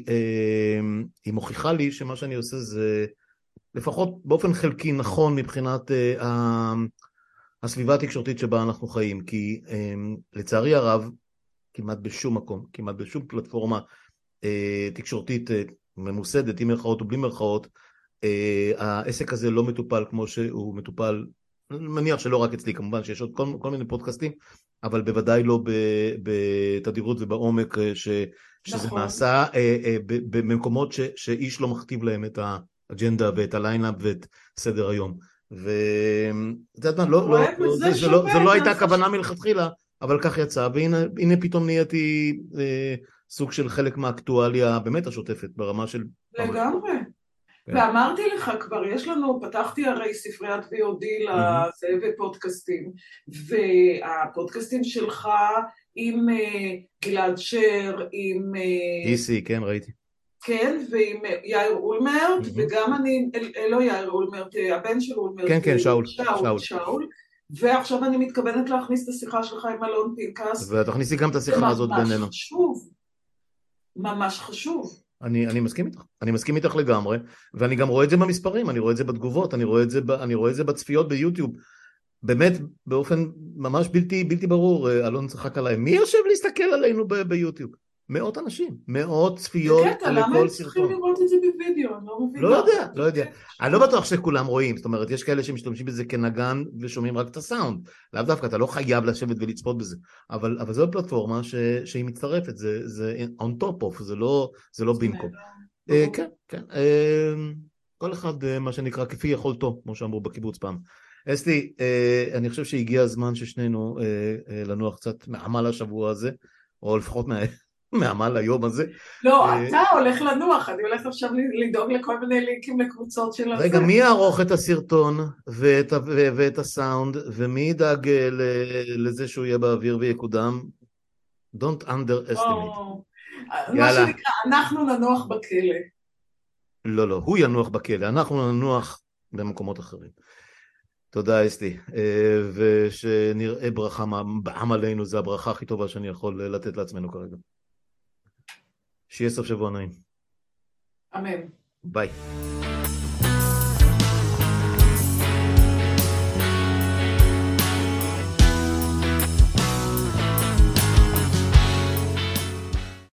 היא מוכיחה לי שמה שאני עושה זה לפחות באופן חלקי נכון מבחינת הסביבה התקשורתית שבה אנחנו חיים, כי לצערי הרב, כמעט בשום מקום, כמעט בשום פלטפורמה אה, תקשורתית אה, ממוסדת, עם מרכאות או בלי מרכאות, אה, העסק הזה לא מטופל כמו שהוא מטופל, אני מניח שלא רק אצלי, כמובן שיש עוד כל, כל מיני פודקאסטים, אבל בוודאי לא בתדירות ובעומק ש, שזה נכון. נעשה אה, אה, במקומות ש, שאיש לא מכתיב להם את האג'נדה ואת הליינאפ ואת סדר היום. וזה לא, לא, לא, זה, זה, לא, זה לא הייתה כוונה מלכתחילה, אבל כך יצא, והנה פתאום נהייתי אה, סוג של חלק מהאקטואליה באמת השוטפת ברמה של... לגמרי. כן. ואמרתי לך כבר, יש לנו, פתחתי הרי ספריית וי או די לזה ופודקאסטים, והפודקאסטים שלך עם אה, גלעד שר, עם... אה, איסי, כן, ראיתי. כן, ועם יאיר אולמרט, mm-hmm. וגם אני, לא יאיר אולמרט, הבן של אולמרט. כן, כן, שאול. שאול, שאול. שאול. ועכשיו אני מתכוונת להכניס את השיחה שלך עם אלון פנקס. ותכניסי גם את השיחה הזאת בינינו. ממש חשוב. ממש חשוב. אני, אני מסכים איתך. אני מסכים איתך לגמרי, ואני גם רואה את זה במספרים, אני רואה את זה בתגובות, אני רואה את זה, אני רואה את זה בצפיות ביוטיוב. באמת, באופן ממש בלתי, בלתי ברור, אלון צחק עליי. מי יושב להסתכל עלינו ב- ביוטיוב? מאות אנשים, מאות צפיות לכל סרטון. למה הם צריכים לראות את זה בווידאו? אני לא מבינה. לא יודע, לא יודע. אני לא בטוח שכולם רואים, זאת אומרת, יש כאלה שמשתמשים בזה כנגן ושומעים רק את הסאונד. לאו דווקא, אתה לא חייב לשבת ולצפות בזה. אבל, אבל זו פלטפורמה ש, שהיא מצטרפת, זה, זה on top of, זה לא, זה לא במקום. כן, כן. כל אחד, מה שנקרא, כפי יכולתו, כמו שאמרו בקיבוץ פעם. אסתי, אני חושב שהגיע הזמן ששנינו לנוח קצת מעמל השבוע הזה, או לפחות מה... מעמל היום הזה. לא, אתה הולך לנוח, אני הולך עכשיו לדאוג לכל מיני לינקים לקבוצות של הזה. רגע, מי יערוך את הסרטון ואת, ואת הסאונד, ומי ידאג לזה שהוא יהיה באוויר ויקודם? Don't underestimate. מה שנקרא, אנחנו ננוח בכלא. לא, לא, הוא ינוח בכלא, אנחנו ננוח במקומות אחרים. תודה אסתי, ושנראה ברכה בעם עלינו, זה הברכה הכי טובה שאני יכול לתת לעצמנו כרגע. שיהיה סוף שבוע נעים. אמן. ביי.